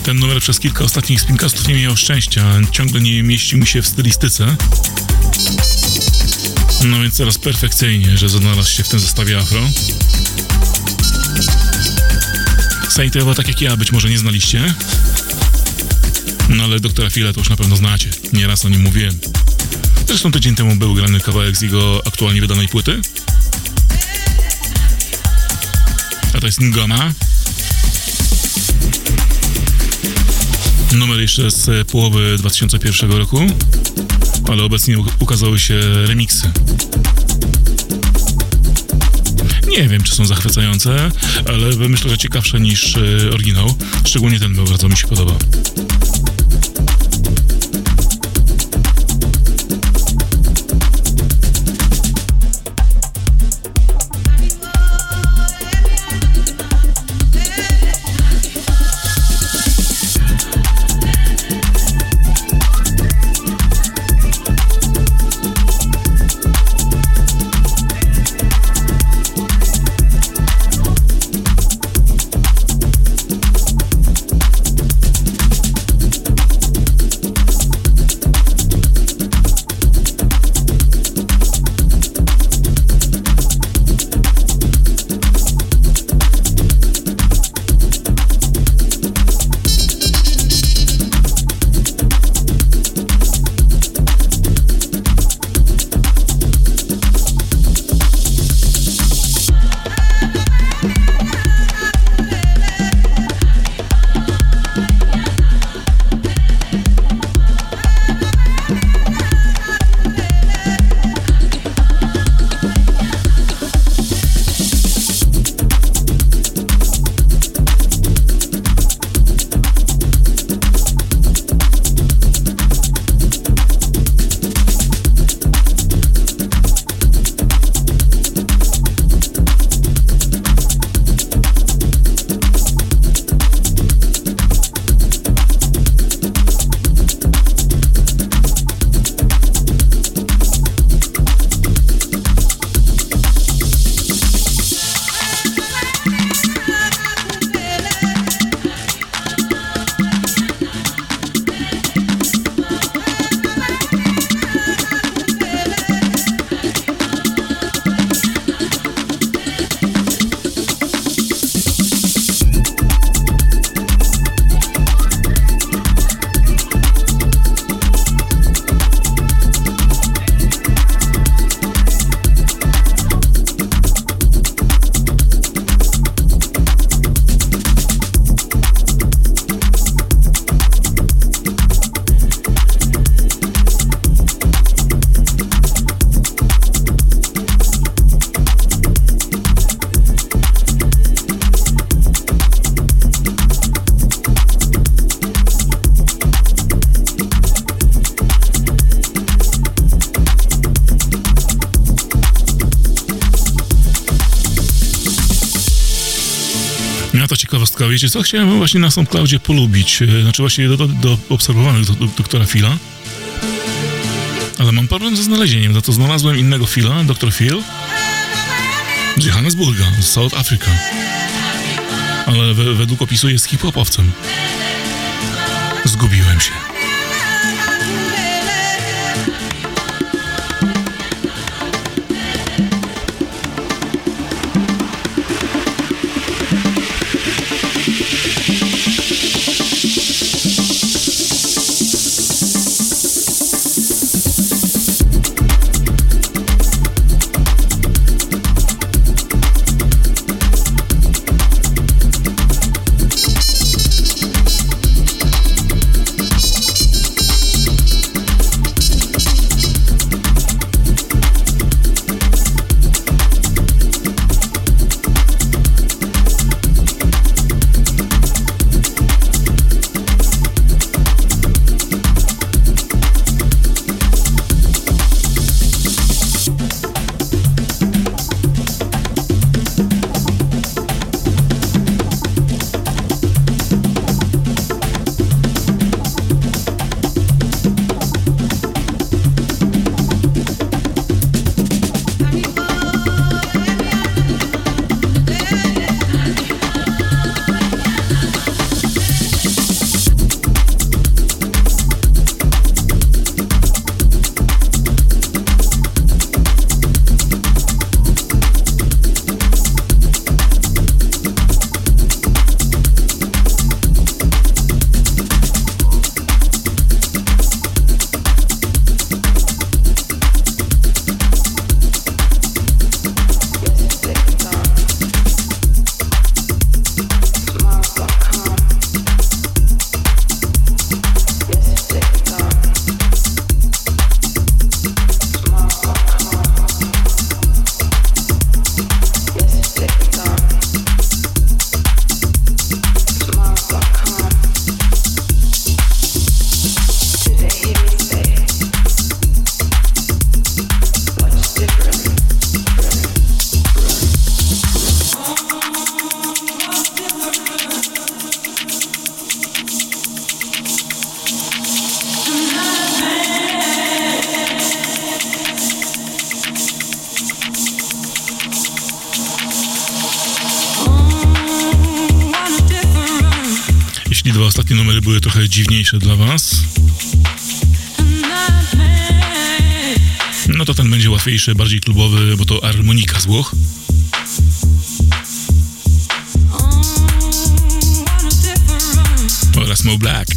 Ten numer przez kilka ostatnich spinkastów nie miał szczęścia, ciągle nie mieścił mi się w stylistyce. No więc teraz perfekcyjnie, że znalazł się w tym zestawie afro. Saint Eva, tak jak ja, być może nie znaliście. No ale doktora Phila to już na pewno znacie, nieraz o nim mówiłem. Zresztą tydzień temu był grany kawałek z jego aktualnie wydanej płyty. A to jest Ngoma. Numer jeszcze z połowy dwa tysiące pierwszego roku, ale obecnie ukazały się remiksy. Nie wiem, czy są zachwycające, ale myślę, że ciekawsze niż oryginał. Szczególnie ten bardzo mi się podoba. To ciekawostka, wiecie co? Chciałem właśnie na SoundCloudzie polubić, znaczy właśnie do, do, do obserwowanych do, do, doktora Phila. Ale mam problem ze znalezieniem, za to znalazłem innego Phila, doktor Phil, z Johannesburga, z South Africa. Ale we, według opisu jest hip-hopowcem. Zgubiłem się. jeśli dwa ostatnie numery były trochę dziwniejsze dla was, no to ten będzie łatwiejszy, bardziej klubowy, bo to harmonika z Włoch. Oraz Mo Black.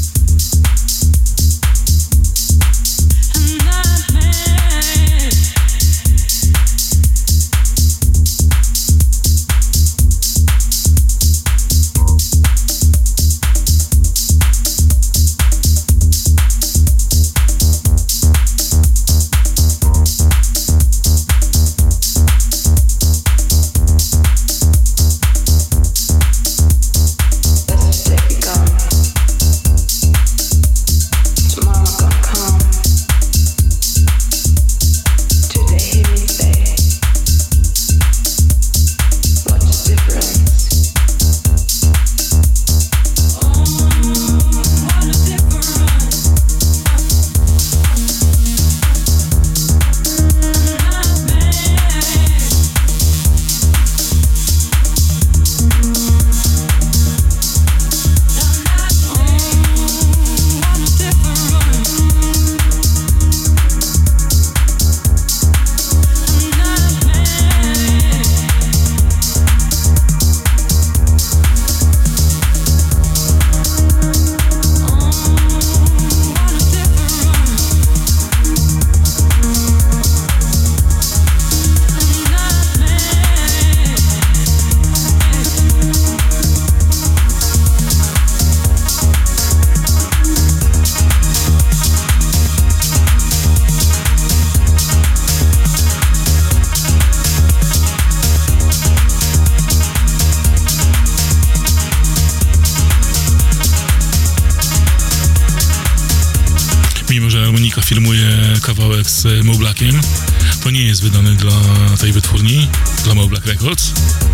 Filmuje kawałek z Mo Blackiem. To nie jest wydany dla tej wytwórni, dla Mo Black Records.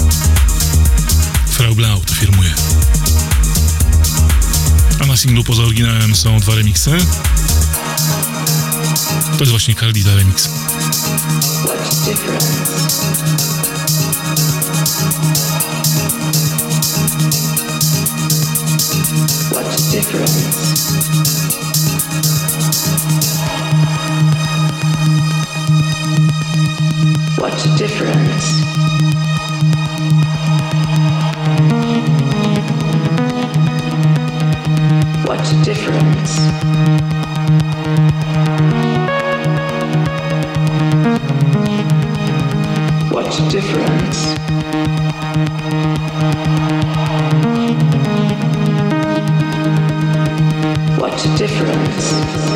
Frau Blau to firmuje. A na singlu poza oryginałem są dwa remiksy. To jest właśnie Cardita remix. What's the difference? What's the difference? What's the difference? What's the difference? What's the difference?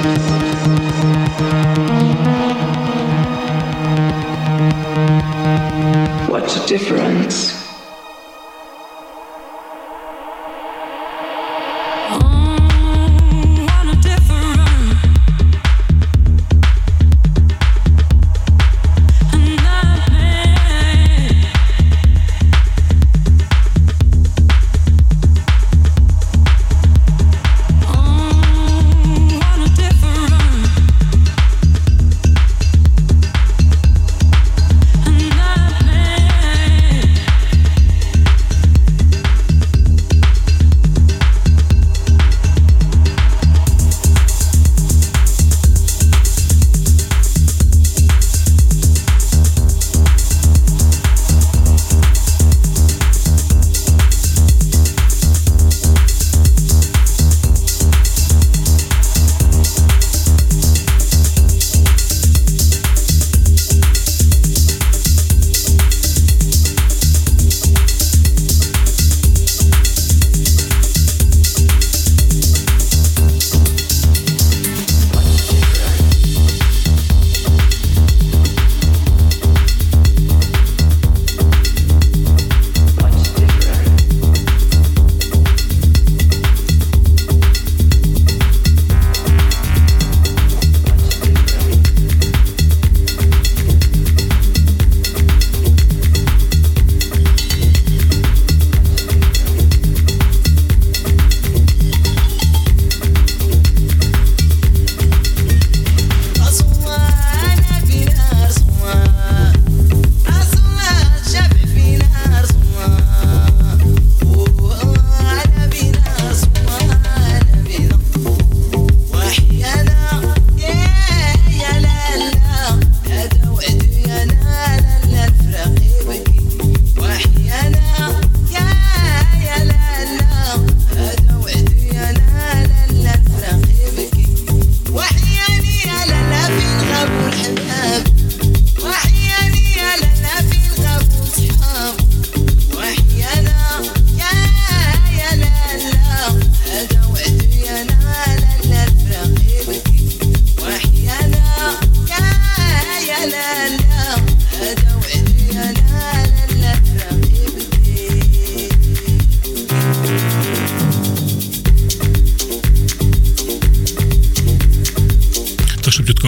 What's the difference?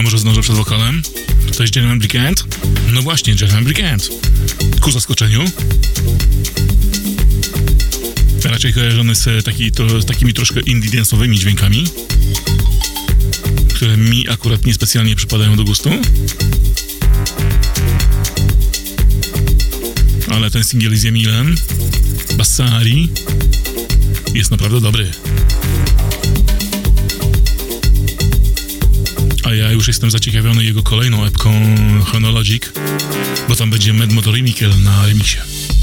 No może zdążę przed wokalem? To jest Jeremy Brigand? No właśnie, Jeremy Brigand. Ku zaskoczeniu. Raczej kojarzony z taki, to, takimi troszkę indie dance'owymi dźwiękami, które mi akurat niespecjalnie przypadają do gustu. Ale ten singiel z Emilem Bassari jest naprawdę dobry. A ja już jestem zaciekawiony jego kolejną epką Chronologic, bo tam będzie Mad Motorimikel na remiksie.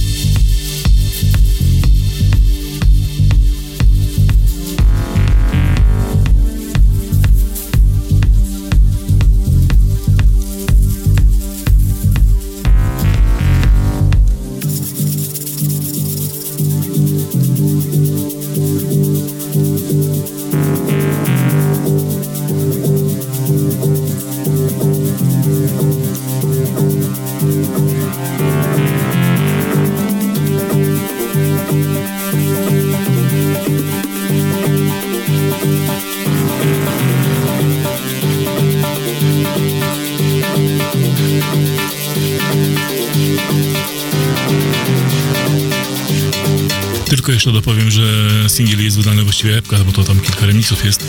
Tylko jeszcze dopowiem, że singiel jest wydany właściwie epka, bo to tam kilka remixów jest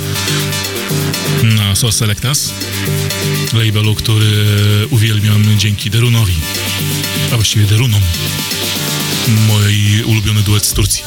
na Soul Selectas, labelu, który uwielbiam dzięki Derunowi, a właściwie Derunom, mój ulubiony duet z Turcji.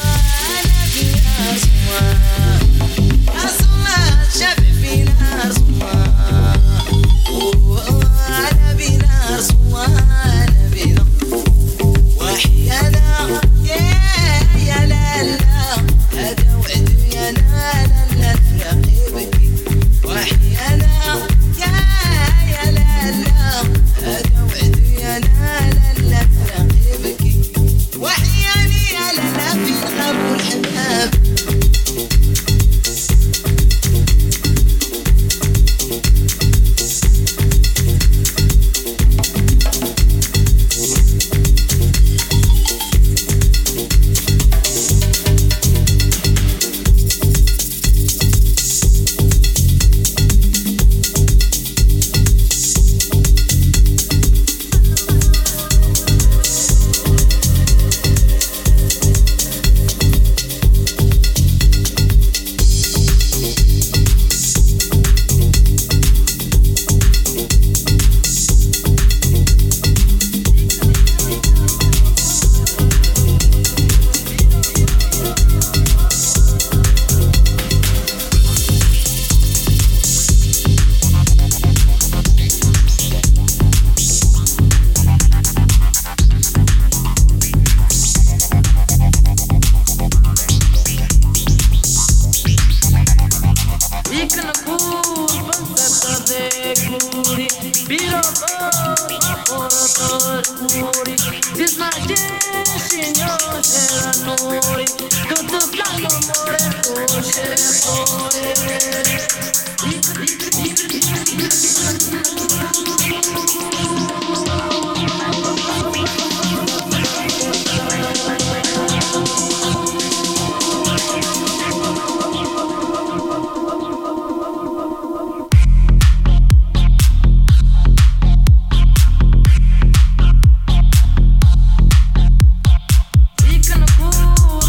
Cool.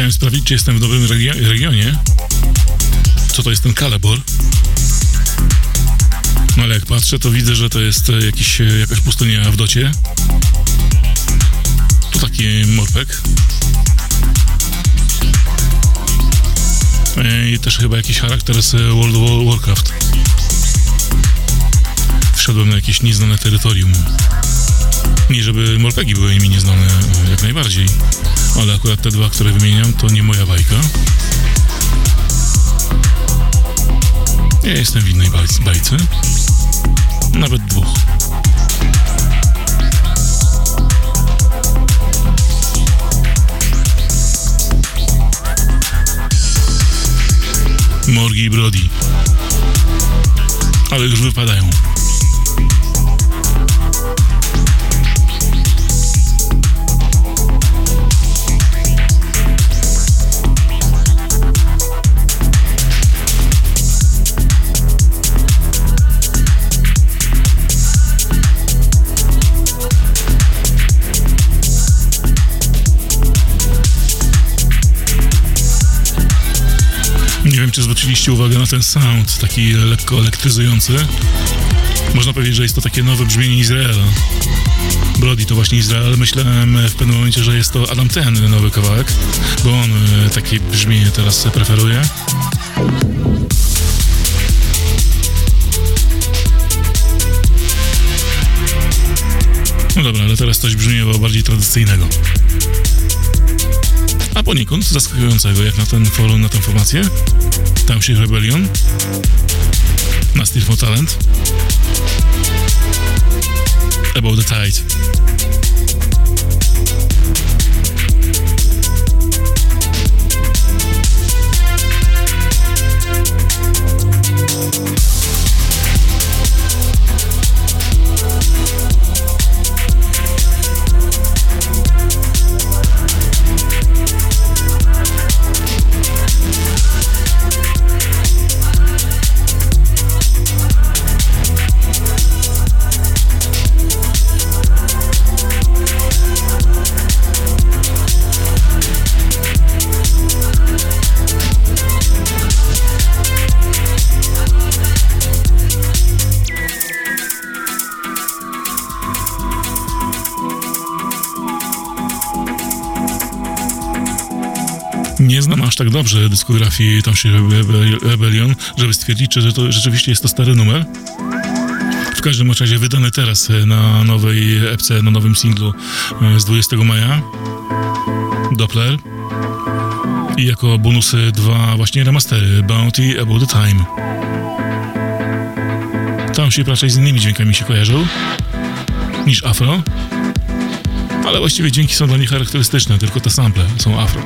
Chciałem sprawdzić, czy jestem w dobrym regi- regionie. Co to jest ten Kalebor? No ale jak patrzę, to widzę, że to jest jakiś, jakaś pustynia w Docie. Tu taki morpek. I też chyba jakiś charakter z World of Warcraft. Wszedłem na jakieś nieznane terytorium. Nie żeby morpegi były mi nieznane, jak najbardziej. Ale akurat te dwa, które wymieniam, to nie moja bajka. Ja jestem w innej baj- bajce. Nawet dwóch. Morgi i Brody. Ale już wypadają. Nie wiem, czy zwróciliście uwagę na ten sound, taki lekko elektryzujący. Można powiedzieć, że jest to takie nowe brzmienie Izraela. Brody to właśnie Izrael. Myślałem w pewnym momencie, że jest to Adam Ten nowy kawałek, bo on takie brzmienie teraz preferuje. No dobra, ale teraz coś brzmiało bardziej tradycyjnego. A poniekąd zaskakującego, jak na ten forum, na tę formację. Township Rebellion, na Steel for Talent, About the Tide. Nie znam aż tak dobrze dyskografii Township Rebellion, żeby stwierdzić, czy to rzeczywiście jest to stary numer. W każdym razie wydany teraz na nowej epce, na nowym singlu z dwudziestego maja. Doppler. I jako bonusy dwa właśnie remastery, Bounty, About the Time. Township raczej z innymi dźwiękami się kojarzył niż afro, ale właściwie dźwięki są dla nich charakterystyczne, tylko te sample są afro.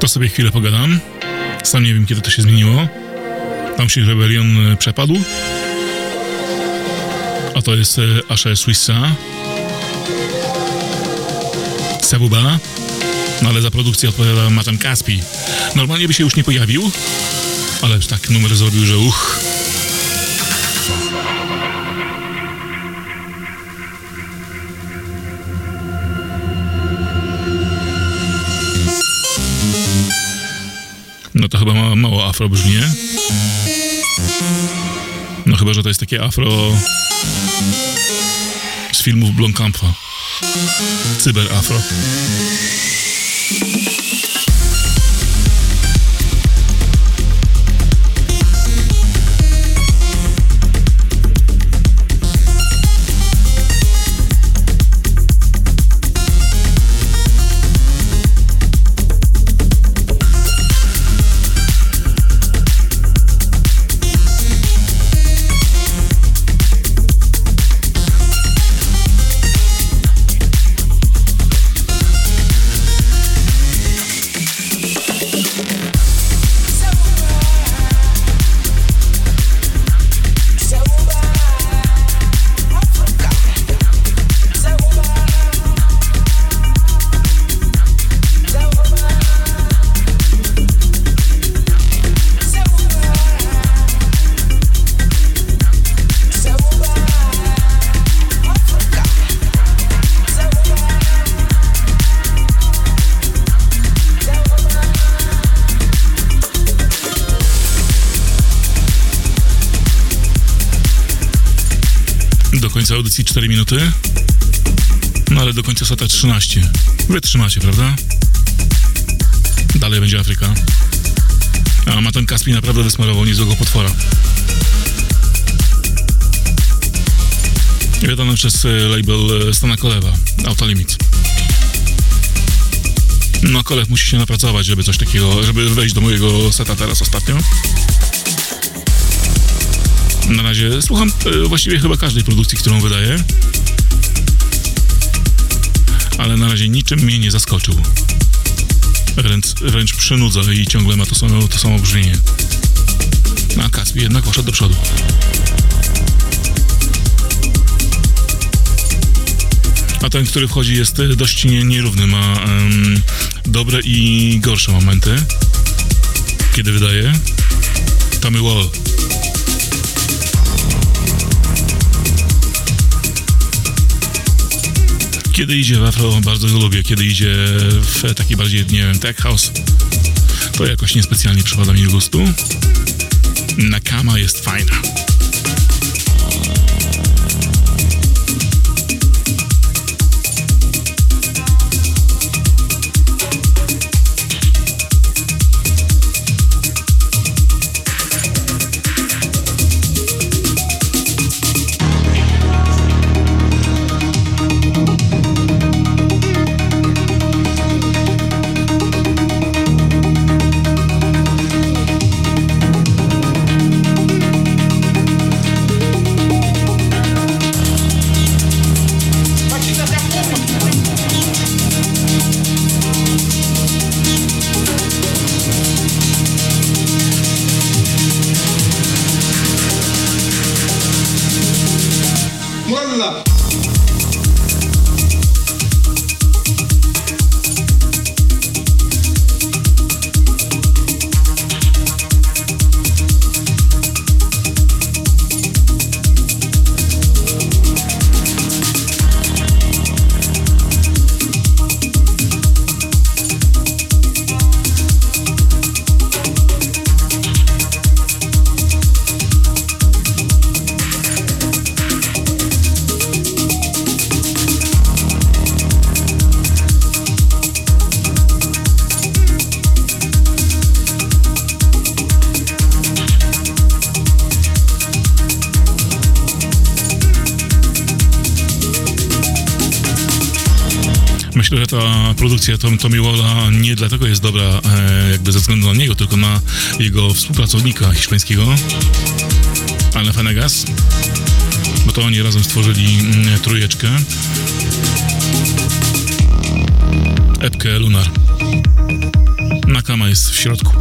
sobie chwilę pogadam. Sam nie wiem, kiedy to się zmieniło. Tam się Rebellion przepadł. A to jest Asher Swissa. Sebuba. No ale za produkcję odpowiada Matan Kaspi. Normalnie by się już nie pojawił, ale tak numer zrobił, że uch. No to chyba ma, mało afro brzmi, nie? No chyba, że to jest takie afro z filmów Blomkampa. Cyber afro. Do końca audycji cztery minuty. No ale do końca seta trzynaście. Wytrzymacie, prawda? Dalej będzie Afryka. A Matan Kaspi naprawdę wysmarował niezłego potwora. Wydany przez label Stana Kolewa, Auto Limit. No Kolew musi się napracować, żeby coś takiego, żeby wejść do mojego seta teraz ostatnio. Na razie słucham e, właściwie chyba każdej produkcji, którą wydaje. Ale na razie niczym mnie nie zaskoczył. Wręcz, wręcz przynudza i ciągle ma to samo, to samo brzmienie. No, a Kaspi jednak poszedł do przodu. A ten, który wchodzi, jest dość nie, nierówny. Ma um, dobre i gorsze momenty. Kiedy wydaje Tommy Wall. Kiedy idzie w afro, bardzo go lubię. Kiedy idzie w taki bardziej, nie wiem, tech house, to jakoś niespecjalnie przypada mi do gustu. Nakama jest fajna. Myślę, że ta produkcja Tom, Tommy Walla nie dlatego jest dobra e, jakby ze względu na niego, tylko na jego współpracownika hiszpańskiego, Alan Fanegas, bo to oni razem stworzyli mm, trójeczkę, epkę Lunar. Nakama jest w środku.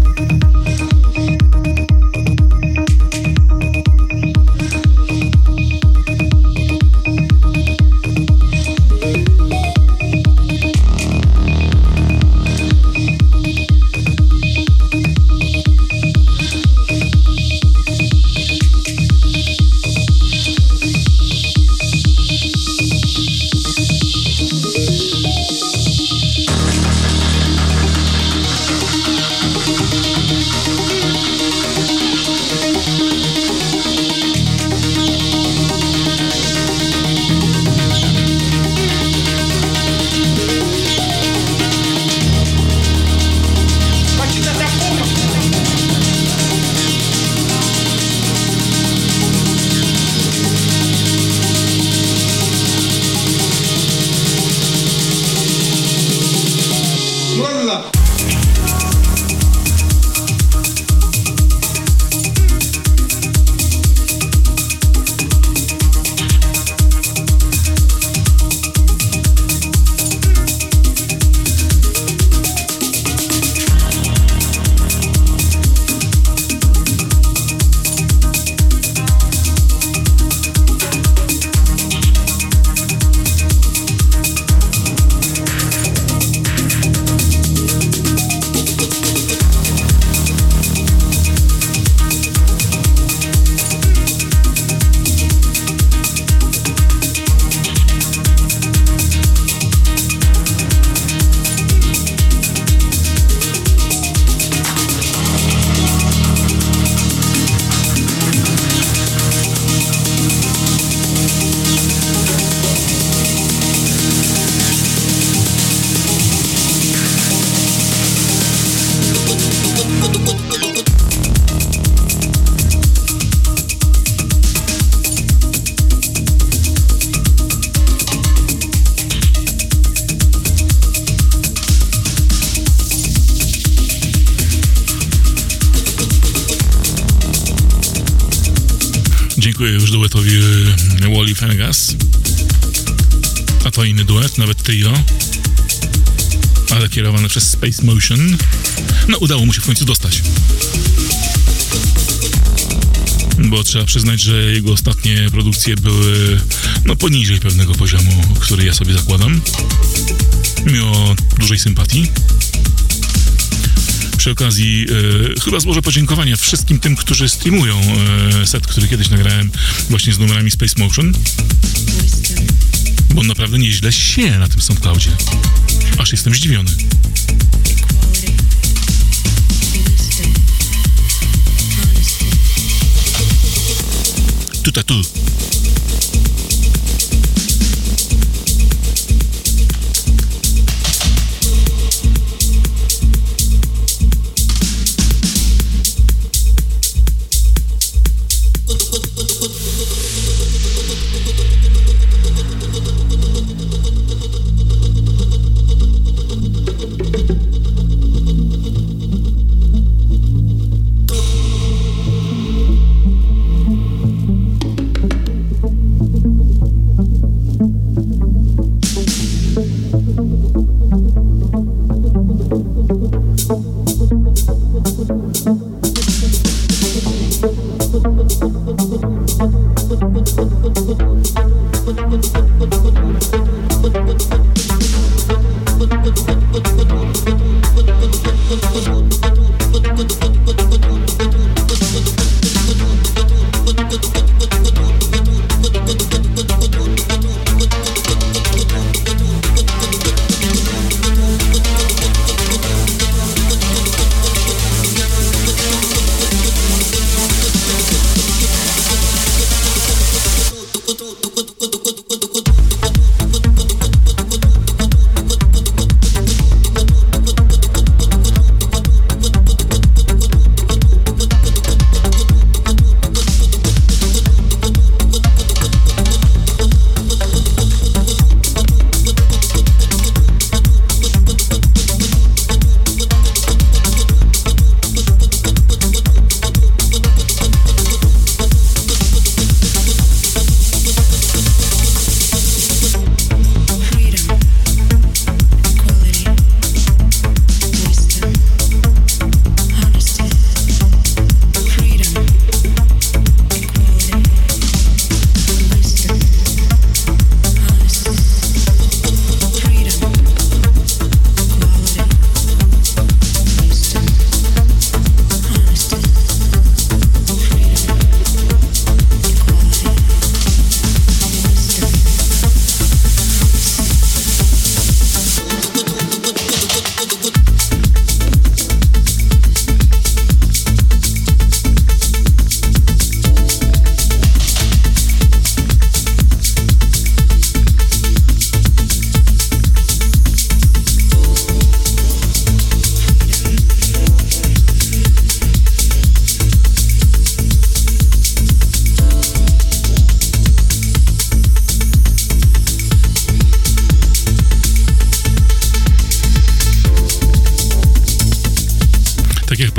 Dziękuję już duetowi Wally Fennegas. A to inny duet, nawet trio, ale kierowane przez Space Motion. No, udało mu się w końcu dostać. Bo trzeba przyznać, że jego ostatnie produkcje były no poniżej pewnego poziomu, który ja sobie zakładam. Mimo dużej sympatii. Przy okazji e, chyba złożę podziękowania wszystkim tym, którzy streamują e, set, który kiedyś nagrałem właśnie z numerami Space Motion. Bo naprawdę nieźle się na tym SoundCloudzie. Aż jestem zdziwiony. Tuta tu.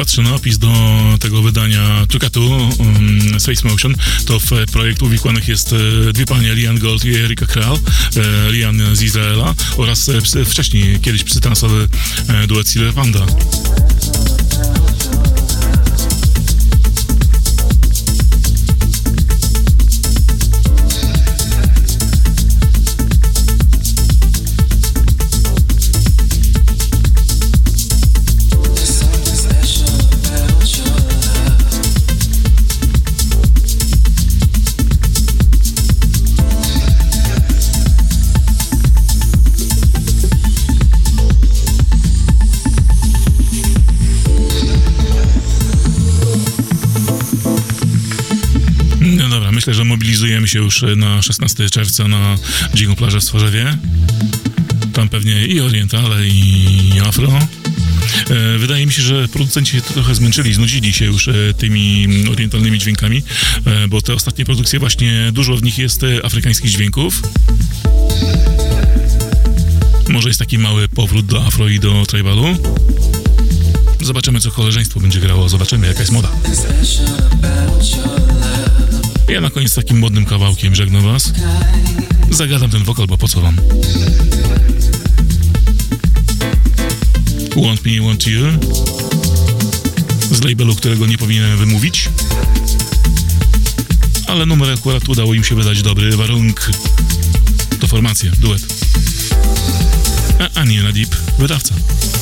patrzę na opis do tego wydania Tukatu um, Space Motion, to w projekt uwikłanych jest e, dwie panie, Lian Gold i Erika Kral, e, Lian z Izraela oraz e, psy, wcześniej kiedyś psytransowy e, duet Silver Panda. Myślę, że mobilizujemy się już na szesnastego czerwca na Dziką Plażę w Stworzewie. Tam pewnie i orientale, i afro. Wydaje mi się, że producenci się trochę zmęczyli, znudzili się już tymi orientalnymi dźwiękami, bo te ostatnie produkcje właśnie, dużo w nich jest afrykańskich dźwięków. Może jest taki mały powrót do afro i do tribalu. Zobaczymy, co koleżeństwo będzie grało, zobaczymy, jaka jest moda. Ja na koniec takim modnym kawałkiem żegnam was. Zagadam ten wokal, bo po co wam? Want Me, Want You z labelu, którego nie powinienem wymówić, ale numer akurat udało im się wydać dobry. Warunk to formacja, duet, a, a nie na Deep wydawca.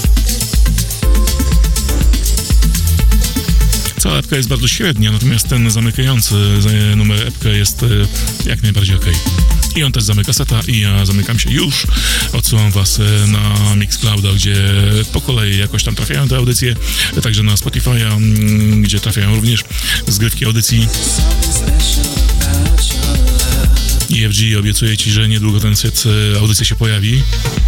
Cała epka jest bardzo średnia, natomiast ten zamykający numer epka jest jak najbardziej okej. I on też zamyka seta i ja zamykam się już. Odsyłam was na Mixclouda, gdzie po kolei jakoś tam trafiają te audycje, także na Spotify'a, gdzie trafiają również zgrywki audycji. E F G obiecuje ci, że niedługo ten set audycji się pojawi.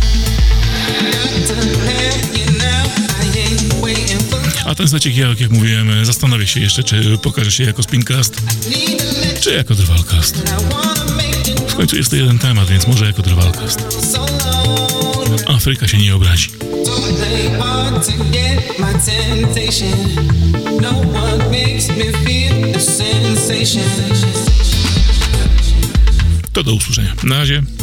A ten secik, jak, jak mówiłem, zastanowię się jeszcze, czy pokaże się jako Spincast, czy jako Drwalcast. W końcu jest to jeden temat, więc może jako Drwalcast. Afryka się nie obrazi. To do usłyszenia. Na razie.